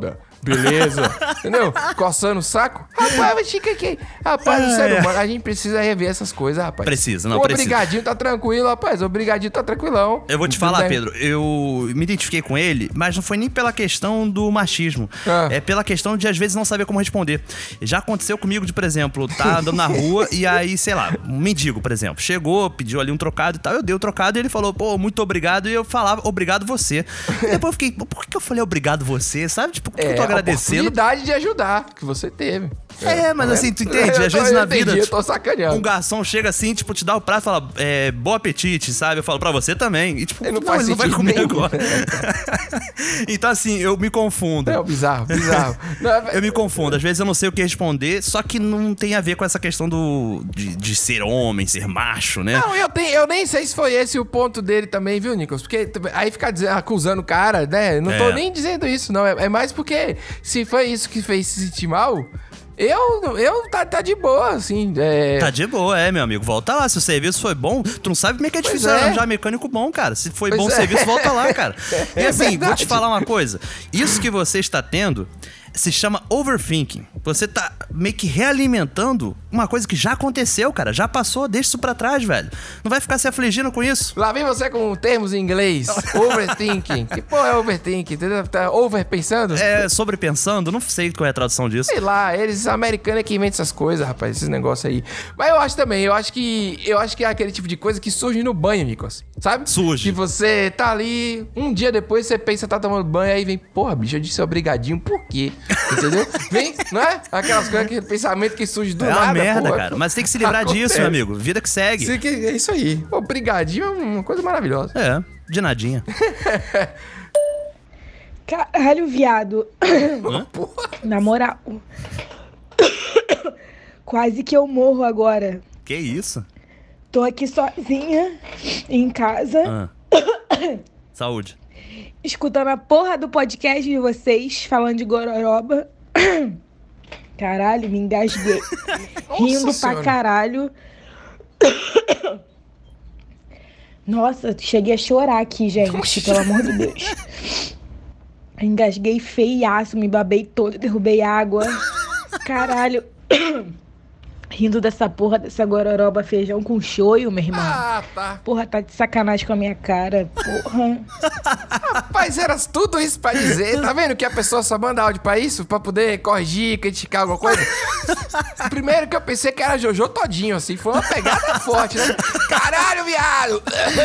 beleza. Entendeu? Coçando o saco. Rapaz, fica aqui. Rapaz, o ser humano, a gente precisa rever essas coisas, rapaz. Precisa, não o precisa. O brigadinho tá tranquilo, rapaz. O brigadinho tá tranquilão. Eu vou te falar, Pedro, eu me identifiquei com ele, mas não foi nem pela questão do machismo. Ah. É pela questão de, às vezes, não saber como responder. Já aconteceu comigo de, por exemplo, tá andando na rua e aí, sei lá, um mendigo, por exemplo, chegou, pediu ali um trocado e tal, eu dei o trocado e ele falou, pô, muito obrigado, e eu falava, obrigado você. E depois eu fiquei, por que eu falei obrigado você, sabe? Tipo, por que é, eu tô agradecendo? A oportunidade de ajudar que você teve. É, mas assim, tu entende? Às vezes na vida, entendi, eu tô sacaneando. Um garçom chega assim, tipo, te dá o prato e fala, é, bom apetite, sabe? Eu falo, pra você também. E tipo, ele não, não, faz ele não vai comer nenhum. agora. Então assim, eu me confundo. É, bizarro, bizarro. Eu me confundo, às vezes eu não sei o que responder, só que não tem a ver com essa questão do de, de ser homem, ser macho, né? Não, eu, tenho, eu nem sei se foi esse o ponto dele também, viu, Nicolas? Porque aí ficar dizendo, acusando o cara, né? Não tô é. nem dizendo isso, não. É, é mais porque se foi isso que fez se sentir mal... Eu, eu tá, tá de boa, assim. É... Tá de boa, é, meu amigo. Volta lá. Se o serviço foi bom, tu não sabe como é que é difícil é. arranjar mecânico bom, cara. Se foi pois bom o é. serviço, volta lá, cara. E é assim, verdade. Vou te falar uma coisa. Isso que você está tendo se chama overthinking. Você tá meio que realimentando uma coisa que já aconteceu, cara. Já passou, deixa isso pra trás, velho. Não vai ficar se afligindo com isso. Lá vem você com termos em inglês. Overthinking. Que porra é overthinking? Tá overpensando? É, sobrepensando? Não sei qual é a tradução disso. Sei lá, eles americanos é que inventam essas coisas, rapaz, esses negócios aí. Mas eu acho também, eu acho que eu acho que é aquele tipo de coisa que surge no banho, Nicolas. Sabe? Surge. Que você tá ali, um dia depois você pensa, tá tomando banho, aí vem, porra, bicho, eu disse obrigadinho, por quê? Entendeu? Vem, não é? Aquelas coisas, aquele pensamento que surge do é nada. É uma merda, porra, cara. Mas tem que se livrar acontece. disso, meu amigo. Vida que segue. É isso aí. Obrigadinho é uma coisa maravilhosa. É, de nadinha. Caralho, viado. Hã? Na moral. Quase que eu morro agora. Que isso? Tô aqui sozinha, em casa. Ah. Saúde. Escutando a porra do podcast de vocês, falando de gororoba. Caralho, me engasguei. Rindo pra caralho. Nossa, cheguei a chorar aqui, gente. Pelo amor de Deus. Engasguei feiaço, me babei todo, derrubei água. Caralho. Rindo dessa porra, dessa gororoba feijão com shoyu, meu irmão. Ah, tá. Porra, tá de sacanagem com a minha cara, porra. Rapaz, era tudo isso pra dizer. Tá vendo que a pessoa só manda áudio pra isso? Pra poder corrigir, criticar alguma coisa? Primeiro que eu pensei que era Jojo todinho, assim. Foi uma pegada forte, né? Caralho, viado!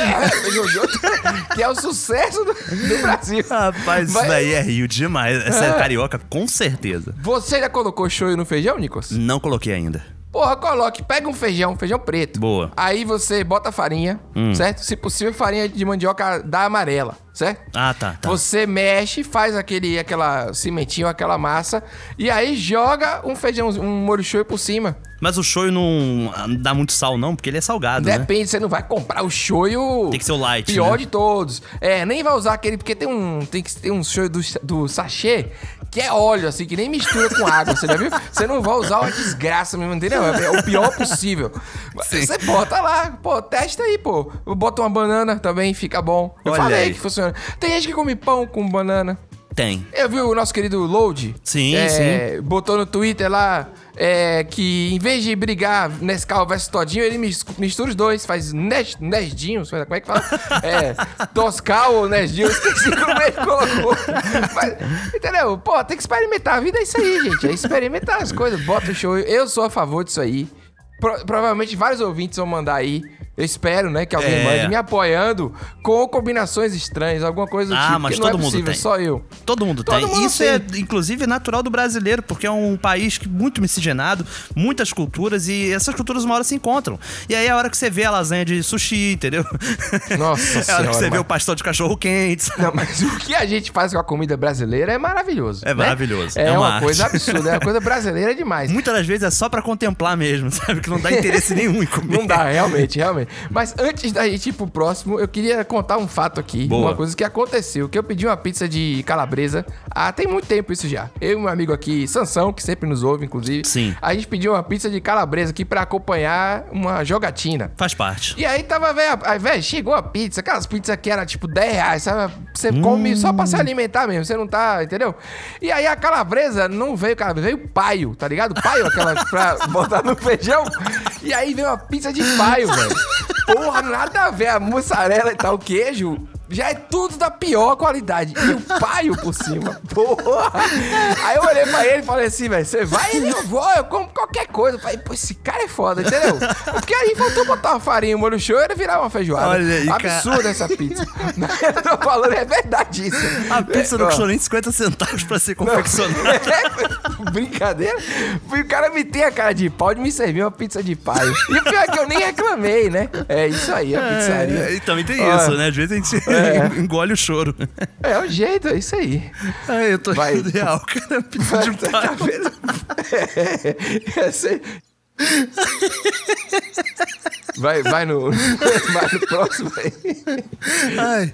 Jojo, que é o sucesso do, do Brasil. Rapaz, Mas... isso daí é Rio demais. Essa é carioca, com certeza. Você já colocou shoyu no feijão, Nicolas? Não coloquei ainda. Porra, coloque, pega um feijão, feijão preto. Boa. Aí você bota farinha, hum. certo? Se possível, farinha de mandioca da amarela, certo? Ah, tá, tá. Você mexe, faz aquele, aquela cimentinho, aquela massa, e aí joga um feijão, um molho shoyu por cima. Mas o shoyu não dá muito sal, não? Porque ele é salgado, Depende, né? Você não vai comprar o shoyu... Tem que ser o light, pior né? de todos. É, nem vai usar aquele, porque tem um, tem que ter um shoyu do, do sachê, que é óleo, assim, que nem mistura com água, você já viu? Você não vai usar uma desgraça mesmo, entendeu? É o pior possível. Sim. Você bota lá, pô, testa aí, pô. Bota uma banana também, fica bom. Eu Olha falei aí. que funciona. Tem gente que come pão com banana. Tem. Eu vi o nosso querido Load. Sim, é, sim. Botou no Twitter lá é, que em vez de brigar Nescau versus Todinho, ele mistura os dois. Faz Nes, Nesdinho, como é que fala? É, Toscal ou Nesdinho, eu esqueci como ele colocou. Mas, entendeu? Pô, tem que experimentar. A vida é isso aí, gente. É experimentar as coisas. Bota o show. Eu sou a favor disso aí. Pro, provavelmente vários ouvintes vão mandar aí. Eu espero, né, que alguém é. mande me apoiando com combinações estranhas, alguma coisa do ah, tipo. mas todo não é mundo possível, tem. Só eu. Todo mundo todo tem. Mundo Isso tem. é, inclusive, natural do brasileiro, porque é um país que muito miscigenado, muitas culturas, e essas culturas uma hora se encontram. E aí é a hora que você vê a lasanha de sushi, entendeu? Nossa senhora. É a hora que você mas... vê o pastel de cachorro quente. Não, mas o que a gente faz com a comida brasileira é maravilhoso. É né? maravilhoso. É, é uma, uma arte. coisa absurda. É uma coisa brasileira demais. Muitas das vezes é só pra contemplar mesmo, sabe? Que não dá interesse nenhum em comer. Não dá, realmente, realmente. Mas antes da gente ir pro próximo, eu queria contar um fato aqui. Boa. Uma coisa que aconteceu, que eu pedi uma pizza de calabresa há tem muito tempo isso já. Eu e meu amigo aqui, Sansão, que sempre nos ouve, inclusive. Sim. A gente pediu uma pizza de calabresa aqui pra acompanhar uma jogatina. Faz parte. E aí tava, velho, velho, chegou a pizza, aquelas pizzas que era tipo dez reais, sabe? Você hum. come só pra se alimentar mesmo, você não tá, entendeu? E aí a calabresa não veio calabresa, veio paio, tá ligado? Paio, aquela pra botar no feijão. E aí veio uma pizza de paio, velho. Porra, nada a ver, a mussarela e tal, o queijo... Já é tudo da pior qualidade. E o paio por cima. Porra. Aí eu olhei pra ele e falei assim, velho, você vai? Ele, eu vou, eu como qualquer coisa. Eu falei, pô, esse cara é foda, entendeu? Porque aí faltou botar uma farinha, um molho show e ele virar uma feijoada. Olha aí, absurda cara. essa pizza. Eu tô falando, é verdade isso. A pizza não custou nem cinquenta centavos pra ser confeccionada. É, brincadeira. E o cara me tem a cara de pau de me servir uma pizza de paio. E o pior é que eu nem reclamei, né? É isso aí, a pizzaria. É, e também tem Ó, isso, né? Às vezes a gente... É. Engole o choro. É o jeito, é isso aí. Ai, eu tô vai, indo real, cara. Pizza de tá paio. vendo? É, é, sei. Vai, vai no, vai no próximo aí. Ai.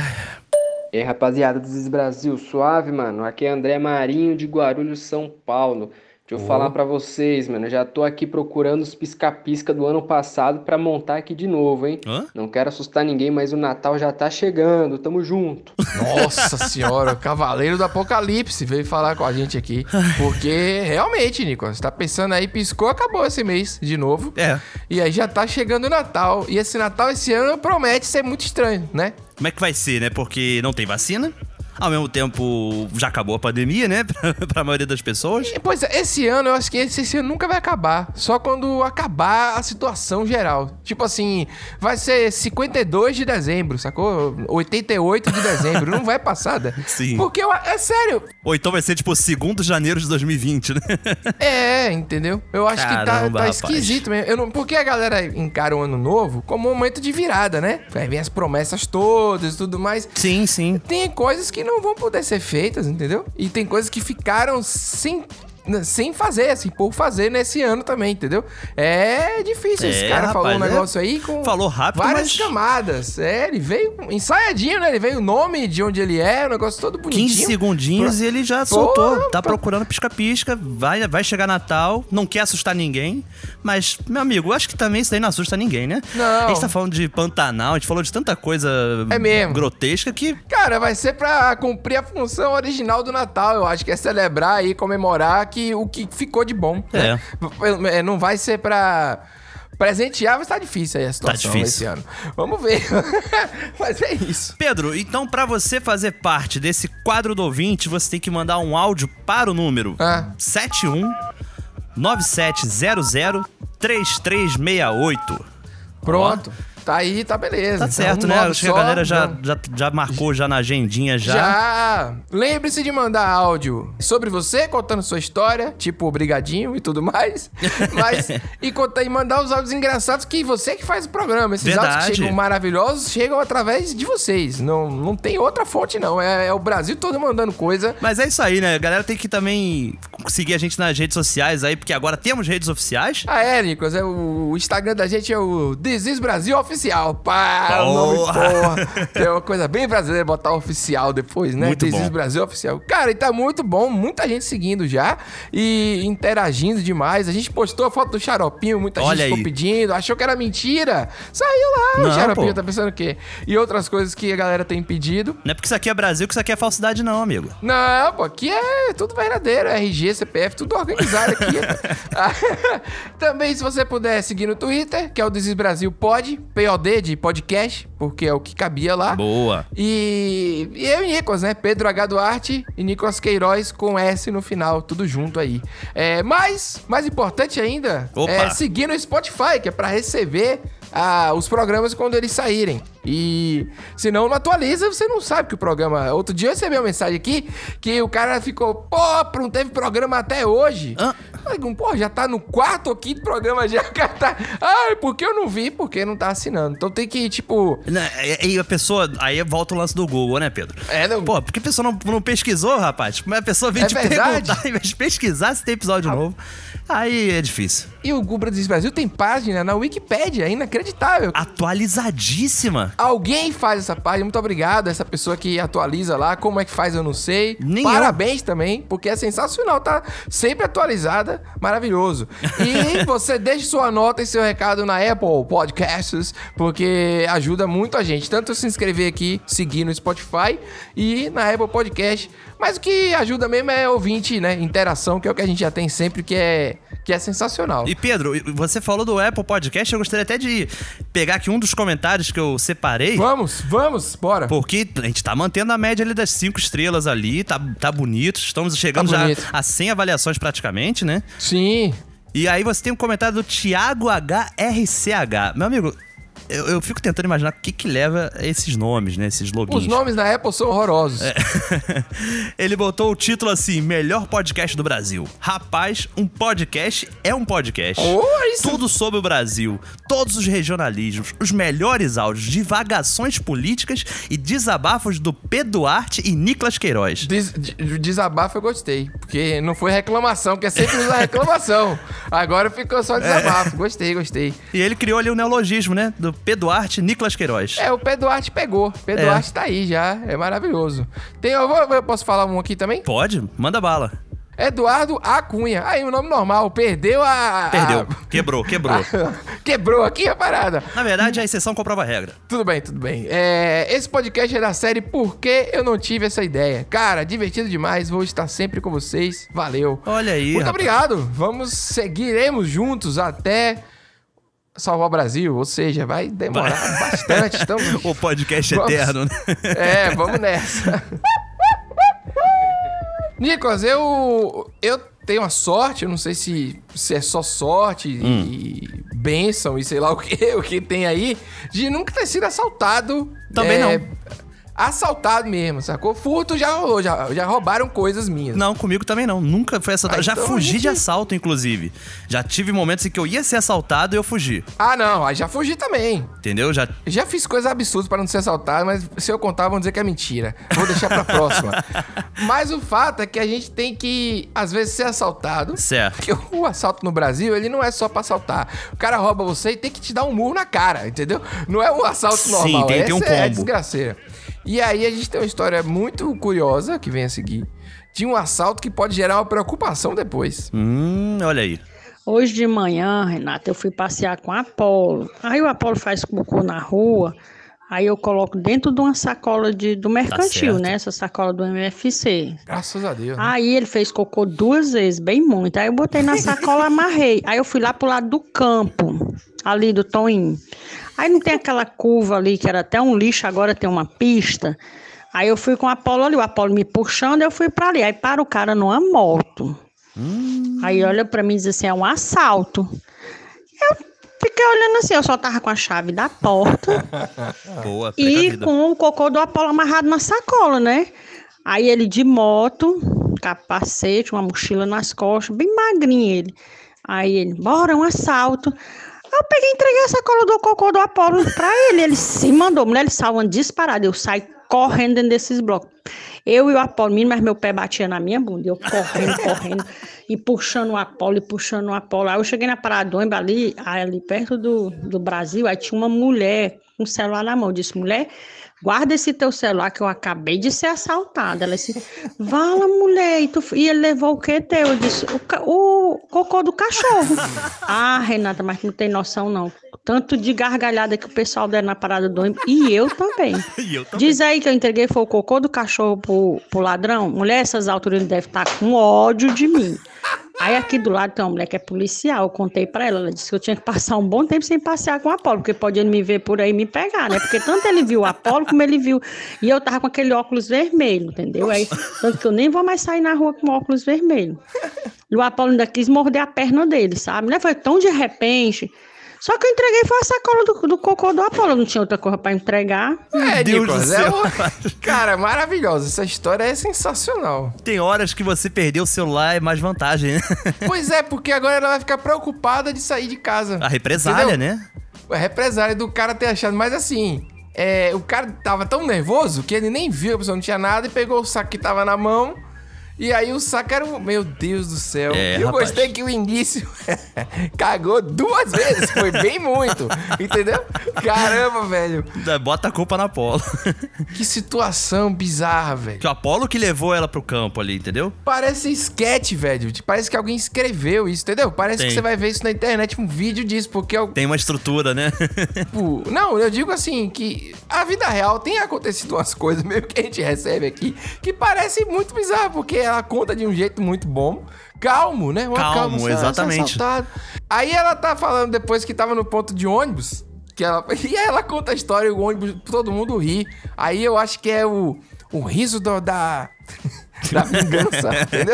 E aí, rapaziada do Zis Brasil, suave, mano? Aqui é André Marinho de Guarulhos, São Paulo. Deixa eu oh. falar pra vocês, mano. Eu já tô aqui procurando os pisca-pisca do ano passado pra montar aqui de novo, hein? Hã? Não quero assustar ninguém, mas o Natal já tá chegando. Tamo junto. Nossa senhora, o Cavaleiro do Apocalipse veio falar com a gente aqui. Porque, realmente, Nicolas, você tá pensando aí, piscou, acabou esse mês de novo. É. E aí já tá chegando o Natal. E esse Natal, esse ano, promete ser muito estranho, né? Como é que vai ser, né? Porque não tem vacina. Ao mesmo tempo, já acabou a pandemia, né? pra, pra maioria das pessoas. E, pois é, esse ano, eu acho que esse, esse ano nunca vai acabar. Só quando acabar a situação geral. Tipo assim, vai ser cinquenta e dois de dezembro, sacou? oitenta e oito de dezembro. Não vai passar, né? Sim. Porque, eu, é sério. Ou então vai ser, tipo, segundo de janeiro de dois mil e vinte, né? É, entendeu? Eu acho Caramba, que tá, tá esquisito mesmo. Eu não, porque a galera encara o ano novo como um momento de virada, né? Vai vir as promessas todas e tudo mais. Sim, sim. Tem coisas que não vão poder ser feitas, entendeu? E tem coisas que ficaram sem, sem fazer, assim, por fazer nesse ano também, entendeu? É difícil. É, Esse cara rapaz, falou um é... negócio aí com falou rápido, várias mas... camadas. É, ele veio ensaiadinho, né? Ele veio o nome de onde ele é, o negócio todo bonitinho. quinze segundinhos Pro... e ele já soltou. Porra, tá procurando pisca-pisca, vai, vai chegar Natal, não quer assustar ninguém. Mas, meu amigo, eu acho que também isso daí não assusta ninguém, né? Não. A gente tá falando de Pantanal, a gente falou de tanta coisa é mesmo. grotesca que... Cara, vai ser pra cumprir a função original do Natal, eu acho que é celebrar e comemorar que o que ficou de bom. É. Né? Não vai ser pra... presentear, mas tá difícil aí a situação tá esse ano. Vamos ver. Mas é isso. Pedro, então pra você fazer parte desse quadro do ouvinte, você tem que mandar um áudio para o número ah. sete um nove sete zero zero três três seis oito. Pronto. Ó. Tá aí, tá beleza. Tá então, certo, um né? Acho que a galera já, já, já marcou já na agendinha já. Já. Lembre-se de mandar áudio sobre você, contando sua história, tipo o Brigadinho e tudo mais. Mas, e, contar, e mandar os áudios engraçados que você que faz o programa. Esses Verdade. áudios que chegam maravilhosos chegam através de vocês. Não, não tem outra fonte, não. É, é o Brasil todo mandando coisa. Mas é isso aí, né? A galera tem que também seguir a gente nas redes sociais aí, porque agora temos redes oficiais. Ah, é, Nicolas. É o, o Instagram da gente é o This is Brasil Oficial. Pá, o nome, porra. É uma coisa bem brasileira botar oficial depois, né? Muito This bom. is Brasil Oficial. Cara, e tá muito bom. Muita gente seguindo já e interagindo demais. A gente postou a foto do Xaropinho, muita Olha gente ficou aí. pedindo. Achou que era mentira. Saiu lá Não, o Xaropinho. pô. Tá pensando o quê? E outras coisas que a galera tem pedido. Não é porque isso aqui é Brasil que isso aqui é falsidade não, amigo. Não, pô, aqui é tudo verdadeiro. R G, C P F, tudo organizado aqui. Também, se você puder seguir no Twitter, que é o This is Brasil Pod, P O D de podcast, porque é o que cabia lá. Boa. E, e eu e Nicolas, né? Pedro H. Duarte e Nicolas Queiroz com S no final, tudo junto aí. É, mas, mais importante ainda, Opa. é seguir no Spotify, que é pra receber ah, os programas quando eles saírem. E se não, não atualiza, você não sabe que o programa... Outro dia eu recebi uma mensagem aqui que o cara ficou, pô, não teve programa até hoje. Hã? Pô, já tá no quarto ou quinto programa já, o cara tá... Ah, por que eu não vi? Porque não tá assinando. Então tem que, tipo... E a pessoa... Aí volta o lance do Google, né, Pedro? É, não... Pô, porque a pessoa não, não pesquisou, rapaz? Como a pessoa vem é te verdade? perguntar, em vez de pesquisar se tem episódio ah. novo. Aí é difícil. E o Google Brasil tem página na Wikipédia, é inacreditável. Atualizadíssima. Alguém faz essa página, muito obrigado a essa pessoa que atualiza lá. Como é que faz, eu não sei. Nem Parabéns eu. também, porque é sensacional, tá sempre atualizada, maravilhoso. E você deixe sua nota e seu recado na Apple Podcasts, porque ajuda muito a gente. Tanto se inscrever aqui, seguir no Spotify e na Apple Podcast. Mas o que ajuda mesmo é ouvinte, né? Interação, que é o que a gente já tem sempre, que é, que é sensacional. E Pedro, você falou do Apple Podcast, eu gostaria até de pegar aqui um dos comentários que eu separei. Vamos, vamos, bora. Porque a gente tá mantendo a média ali das cinco estrelas ali, tá, tá bonito. Estamos chegando tá já a cem avaliações praticamente, né? Sim. E aí você tem um comentário do Thiago H R C H. Meu amigo... Eu, eu fico tentando imaginar o que que leva a esses nomes, né? Esses logins. Os nomes na Apple são horrorosos. É. Ele botou o título assim, melhor podcast do Brasil. Rapaz, um podcast é um podcast. Oh, isso... Tudo sobre o Brasil, todos os regionalismos, os melhores áudios, divagações políticas e desabafos do P. Duarte e Nicolas Queiroz. Des, desabafo eu gostei, porque não foi reclamação, porque é sempre usa reclamação. Agora ficou só desabafo. É. Gostei, gostei. E ele criou ali o neologismo, né? Do P. Duarte, Nicolas Queiroz. É, o P. Duarte pegou. P. É. Duarte tá aí já. É maravilhoso. Tem, eu, eu posso falar um aqui também? Pode, manda bala. Eduardo A. Cunha. Aí, o nome normal. Perdeu a... Perdeu. A... Quebrou, quebrou. A... Quebrou aqui a parada. Na verdade, a exceção comprova a regra. Tudo bem, tudo bem. É... Esse podcast é da série Por que Eu Não Tive Essa Ideia. Cara, divertido demais. Vou estar sempre com vocês. Valeu. Olha aí, Muito rapaz. obrigado. Vamos, seguiremos juntos até... salvar o Brasil, ou seja, vai demorar vai. bastante. Estamos... O podcast vamos... eterno, né? É, vamos nessa. Nicolas, eu, eu tenho a sorte, eu não sei se, se é só sorte hum. e bênção e sei lá o que, o que tem aí, de nunca ter sido assaltado. Também é, não. Assaltado mesmo, sacou? Furto já rolou, já, já roubaram coisas minhas. Não, comigo também não. Nunca foi assaltado. Ah, já então fugi gente... de assalto, inclusive. Já tive momentos em que eu ia ser assaltado e eu fugi. Ah, não. Aí já fugi também. Entendeu? Já já fiz coisas absurdas para não ser assaltado, mas se eu contar, vão dizer que é mentira. Vou deixar pra próxima. Mas o fato é que a gente tem que, às vezes, ser assaltado. Certo. Porque o assalto no Brasil, ele não é só pra assaltar. O cara rouba você e tem que te dar um murro na cara, entendeu? Não é um assalto Sim, normal. tem, tem um combo. É desgraceira. E aí a gente tem uma história muito curiosa que vem a seguir, de um assalto que pode gerar uma preocupação depois. Hum, olha aí. Hoje de manhã, Renata, eu fui passear com o Apolo. Aí o Apolo faz cocô na rua, aí eu coloco dentro de uma sacola de, do mercantil, tá, né? Essa sacola do M F C. Graças a Deus. Né? Aí ele fez cocô duas vezes, bem muito. Aí eu botei na sacola, amarrei. Aí eu fui lá pro lado do campo, ali do Toninho. Aí não tem aquela curva ali, que era até um lixo, agora tem uma pista. Aí eu fui com o Apolo ali, o Apolo me puxando, eu fui pra ali. Aí para o cara numa moto. Hum. Aí olha pra mim e diz assim, é um assalto. Eu fiquei olhando assim, eu só tava com a chave da porta. Boa, e com o cocô do Apolo amarrado na sacola, né? Aí ele de moto, capacete, uma mochila nas costas, bem magrinho ele. Aí ele, bora, um assalto. Eu peguei e entreguei a sacola do cocô do Apolo pra ele. Ele se mandou. Mulher, ele saiu disparado. Eu saí correndo dentro desses blocos. Eu e o Apolo, mas meu pé batia na minha bunda. Eu correndo, correndo. E puxando o Apolo, e puxando o Apolo. Aí eu cheguei na Paradômba ali, ali perto do, do Brasil. Aí tinha uma mulher com um celular na mão. Eu disse, mulher, guarda esse teu celular que eu acabei de ser assaltada. Ela disse, vala, mulher. E, tu... e ele levou o que teu? Eu disse, o, ca... o cocô do cachorro. Ah, Renata, mas não tem noção não. Tanto de gargalhada que o pessoal der na parada do ônibus. E eu também. E eu também. Diz aí que eu entreguei foi o cocô do cachorro pro, pro ladrão. Mulher, essas alturas ele deve estar com ódio de mim. Aí aqui do lado tem uma mulher que é policial, eu contei pra ela, ela disse que eu tinha que passar um bom tempo sem passear com o Apolo, porque pode ele me ver por aí e me pegar, né? Porque tanto ele viu o Apolo como ele viu, e eu tava com aquele óculos vermelho, entendeu? Aí, tanto que eu nem vou mais sair na rua com óculos vermelho. E o Apolo ainda quis morder a perna dele, sabe? Né? Foi tão de repente, Só que eu entreguei foi a sacola do, do cocô do Apolo, não tinha outra coisa pra entregar. É, Deus Nicolas, do é céu. um... Cara, maravilhosa. Essa história é sensacional. Tem horas que você perder o celular é mais vantagem, né? Pois é, porque agora ela vai ficar preocupada de sair de casa. A represália, entendeu? né? A represália do cara ter achado. Mas assim, é, o cara tava tão nervoso que ele nem viu, a pessoa não tinha nada e pegou o saco que tava na mão. E aí o saco era um... Meu Deus do céu. É, eu rapaz. gostei que o início cagou duas vezes. Foi bem muito. Entendeu? Caramba, velho. Bota a culpa na Apolo. Que situação bizarra, velho. Que o Apolo que levou ela pro campo ali, entendeu? Parece sketch, velho. Parece que alguém escreveu isso, entendeu? Parece Tem. que você vai ver isso na internet, um vídeo disso, porque... Eu... Tem uma estrutura, né? Tipo, não, eu digo assim, que a vida real tem acontecido umas coisas mesmo que a gente recebe aqui, que parece muito bizarro, porque ela conta de um jeito muito bom, calmo, né? Uma Calmo, calma, você- exatamente. você é assaltado. Aí ela tá falando depois que tava no ponto de ônibus, que ela... e aí ela conta a história e o ônibus, todo mundo ri. Aí eu acho que é o, o riso do, da... da vingança, entendeu?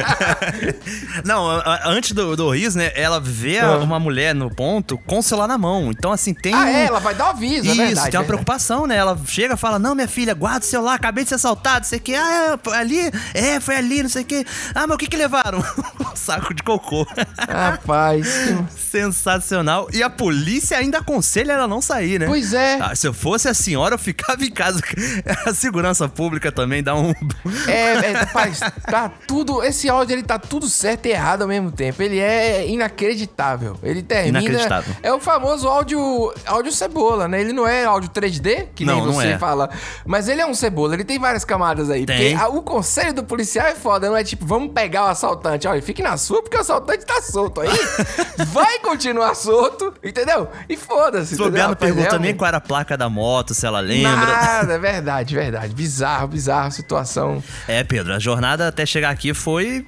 Não, a- a- antes do, do riso, né? Ela vê a- Ah. uma mulher no ponto com o celular na mão. Então, assim, tem. Ah, um- é, ela vai dar o aviso, é Isso, verdade, tem uma verdade. preocupação, né? Ela chega e fala: Não, minha filha, guarda o celular, acabei de ser assaltado, sei que. Ah, é, foi ali? É, foi ali, não sei o que. Ah, mas o que que levaram? Um saco de cocô. Rapaz. Sensacional. E a polícia ainda aconselha ela a não sair, né? Pois é. Ah, se eu fosse a senhora, eu ficava em casa. A segurança pública também dá um. É, é, rapaz, tá tudo... Esse áudio, ele tá tudo certo e errado ao mesmo tempo. Ele é inacreditável. Ele termina... Inacreditável. É o famoso áudio, áudio cebola, né? Ele não é áudio três D, que nem Não, não você é. fala. Mas ele é um cebola, ele tem várias camadas aí. Tem. Porque a- o conselho do policial é foda, não é tipo, vamos pegar o assaltante. Olha, fique na sua porque o assaltante tá solto aí. Vai continuar solto, entendeu? E foda-se. Se bobear, entendeu, não rapaz? pergunta É nem um- qual era a placa da moto, se ela lembra. Nada, é verdade, verdade. Bizarro, bizarro situação. É, Pedro, a jornada até chegar aqui foi.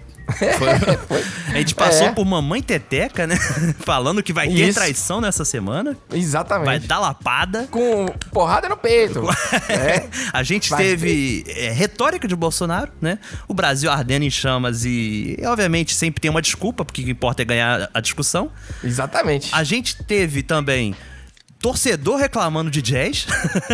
foi- A gente passou É. por mamãe teteca, né? Falando que vai ter Isso. traição nessa semana. Exatamente. Vai dar lapada. Com porrada no peito. É. A gente Vai teve é, retórica de Bolsonaro, né? O Brasil ardendo em chamas e, obviamente, sempre tem uma desculpa, porque o que importa é ganhar a discussão. Exatamente. A gente teve também torcedor reclamando de jazz.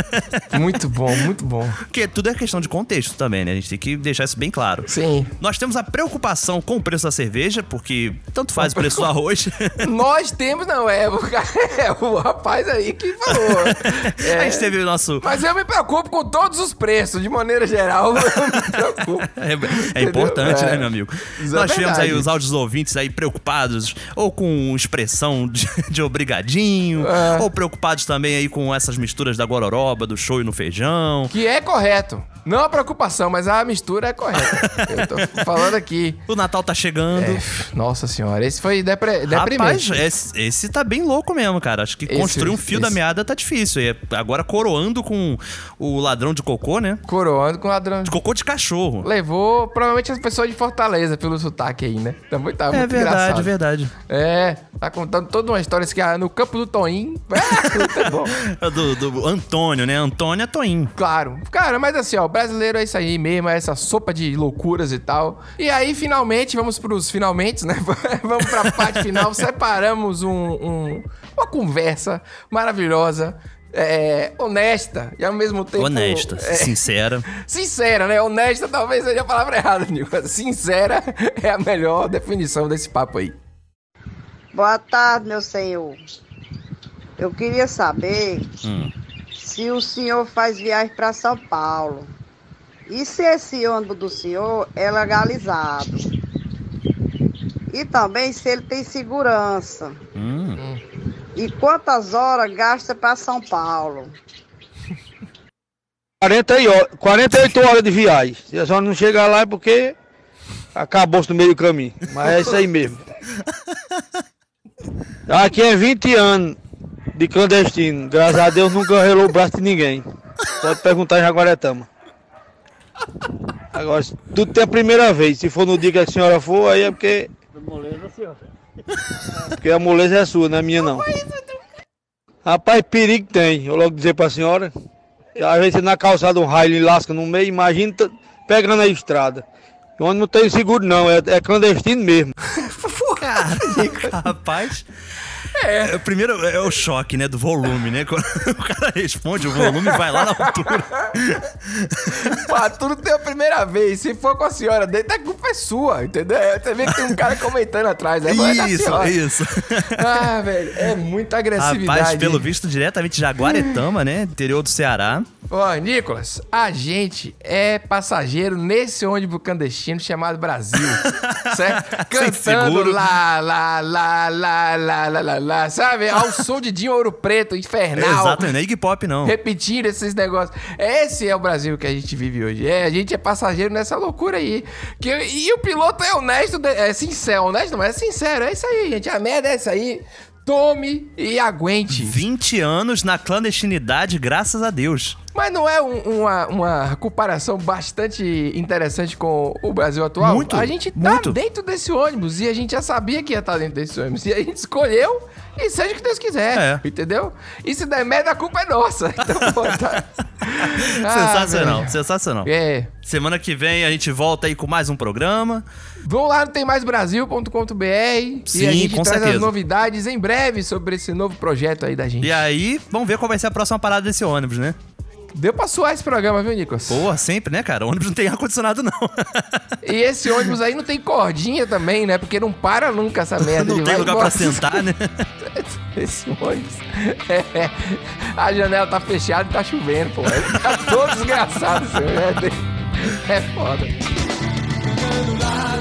Muito bom, muito bom. Porque tudo é questão de contexto também, né? A gente tem que deixar isso bem claro. Sim. Nós temos a preocupação com o preço da cerveja, porque tanto faz o preço do arroz. Nós temos, não, é o, cara- é o rapaz aí que falou. É. A gente teve o nosso... Mas eu me preocupo com todos os preços, de maneira geral, eu me preocupo. É, é importante, É. né, meu amigo? Isso é Nós tivemos aí verdade. os áudios dos ouvintes aí preocupados, ou com expressão de, de obrigadinho, É. ou preocupados também aí com essas misturas da gororoba, do show e no feijão. Que é correto. Não a preocupação, mas a mistura é correta. Eu tô falando aqui. O Natal tá chegando. É, nossa senhora, esse foi depre... deprimente. Rapaz, esse, esse tá bem louco mesmo, cara. Acho que Esse- construir um fio da esse- meada tá difícil. E agora coroando com o ladrão de cocô, né? Coroando com ladrão de cocô de cachorro. Levou provavelmente as pessoas de Fortaleza pelo sotaque aí, né? Tá muito, tá É muito verdade, engraçado. verdade. É, tá contando toda uma história assim, que ah, no campo do Toim. Ah, muito bom. Do, do Antônio, né? Antônio é Toim. Claro. Cara, mas assim, ó, o brasileiro é isso aí mesmo, é essa sopa de loucuras e tal. E aí, finalmente, vamos pros finalmente, né? Vamos pra parte final. Separamos um, um- uma conversa maravilhosa, é, honesta e ao mesmo tempo... Honesta, é, sincera. Sincera, né? Honesta talvez seja a palavra errada, Nico. Sincera é a melhor definição desse papo aí. Boa tarde, meu senhor. Eu queria saber Hum. se o senhor faz viagem para São Paulo. E se esse ônibus do senhor é legalizado? E também se ele tem segurança. Hum. E quantas horas gasta para São Paulo? quarenta e oito, quarenta e oito horas de viagem. Se a senhora não chegar lá é porque acabou-se no meio do caminho. Mas é isso aí mesmo. Aqui é vinte anos de clandestino. Graças a Deus nunca relou o braço de ninguém. Pode perguntar em Jaguaretama. Agora, tudo tem a primeira vez. Se for no dia que a senhora for, aí é porque. Porque a moleza é sua, não é minha não. Rapaz, perigo tem. Eu logo dizer pra senhora. Às vezes você na calçada um raio e lasca no meio, imagina tá pegando a estrada. Onde não tem seguro não, é, é clandestino mesmo. Caraca, rapaz. É. Primeiro é o choque, né, do volume, né? Quando o cara responde, o volume vai lá na altura. Pá, tudo tem a primeira vez. Se for com a senhora dentro, a culpa é sua, entendeu? Você vê que tem um cara comentando atrás. É isso, isso. Ah, velho, é muita agressividade. Rapaz, pelo visto, diretamente de Jaguaretama, né? Interior do Ceará. Ó, Nicolas, a gente é passageiro nesse ônibus clandestino chamado Brasil, certo? Cantando lá, lá, lá, lá, lá, lá, lá, lá, sabe? Ao som de Dinho Ouro Preto, infernal. Exato, não é Iggy Pop, não. Repetindo esses negócios. Esse é o Brasil que a gente vive hoje. É, a gente é passageiro nessa loucura aí. Que, e o piloto é honesto, é sincero. Honesto não, é sincero. É isso aí, gente. A merda é essa aí. Tome e aguente. vinte anos na clandestinidade, graças a Deus. Mas não é um, uma, uma comparação bastante interessante com o Brasil atual? Muito, A gente tá muito. dentro desse ônibus e a gente já sabia que ia estar dentro desse ônibus. E a gente escolheu e seja o que Deus quiser, é. entendeu? E se der merda, a culpa é nossa. Então, pô, tá... Sensacional, ah, sensacional. É. Semana que vem a gente volta aí com mais um programa. Vão lá no tem mais brasil ponto com ponto b r Sim, e a gente com traz certeza. as novidades em breve sobre esse novo projeto aí da gente. E aí, vamos ver qual vai ser a próxima parada desse ônibus, né? Deu pra suar esse programa, viu, Nicolas? Porra, sempre, né, cara? O ônibus não tem ar-condicionado, não. E esse ônibus aí não tem cordinha também, né? Porque não para nunca essa merda. Não Ele tem vai lugar embora. pra sentar, né? Esse ônibus. É, a janela tá fechada e tá chovendo, pô. Tá todo desgraçado, senhor. É, é foda.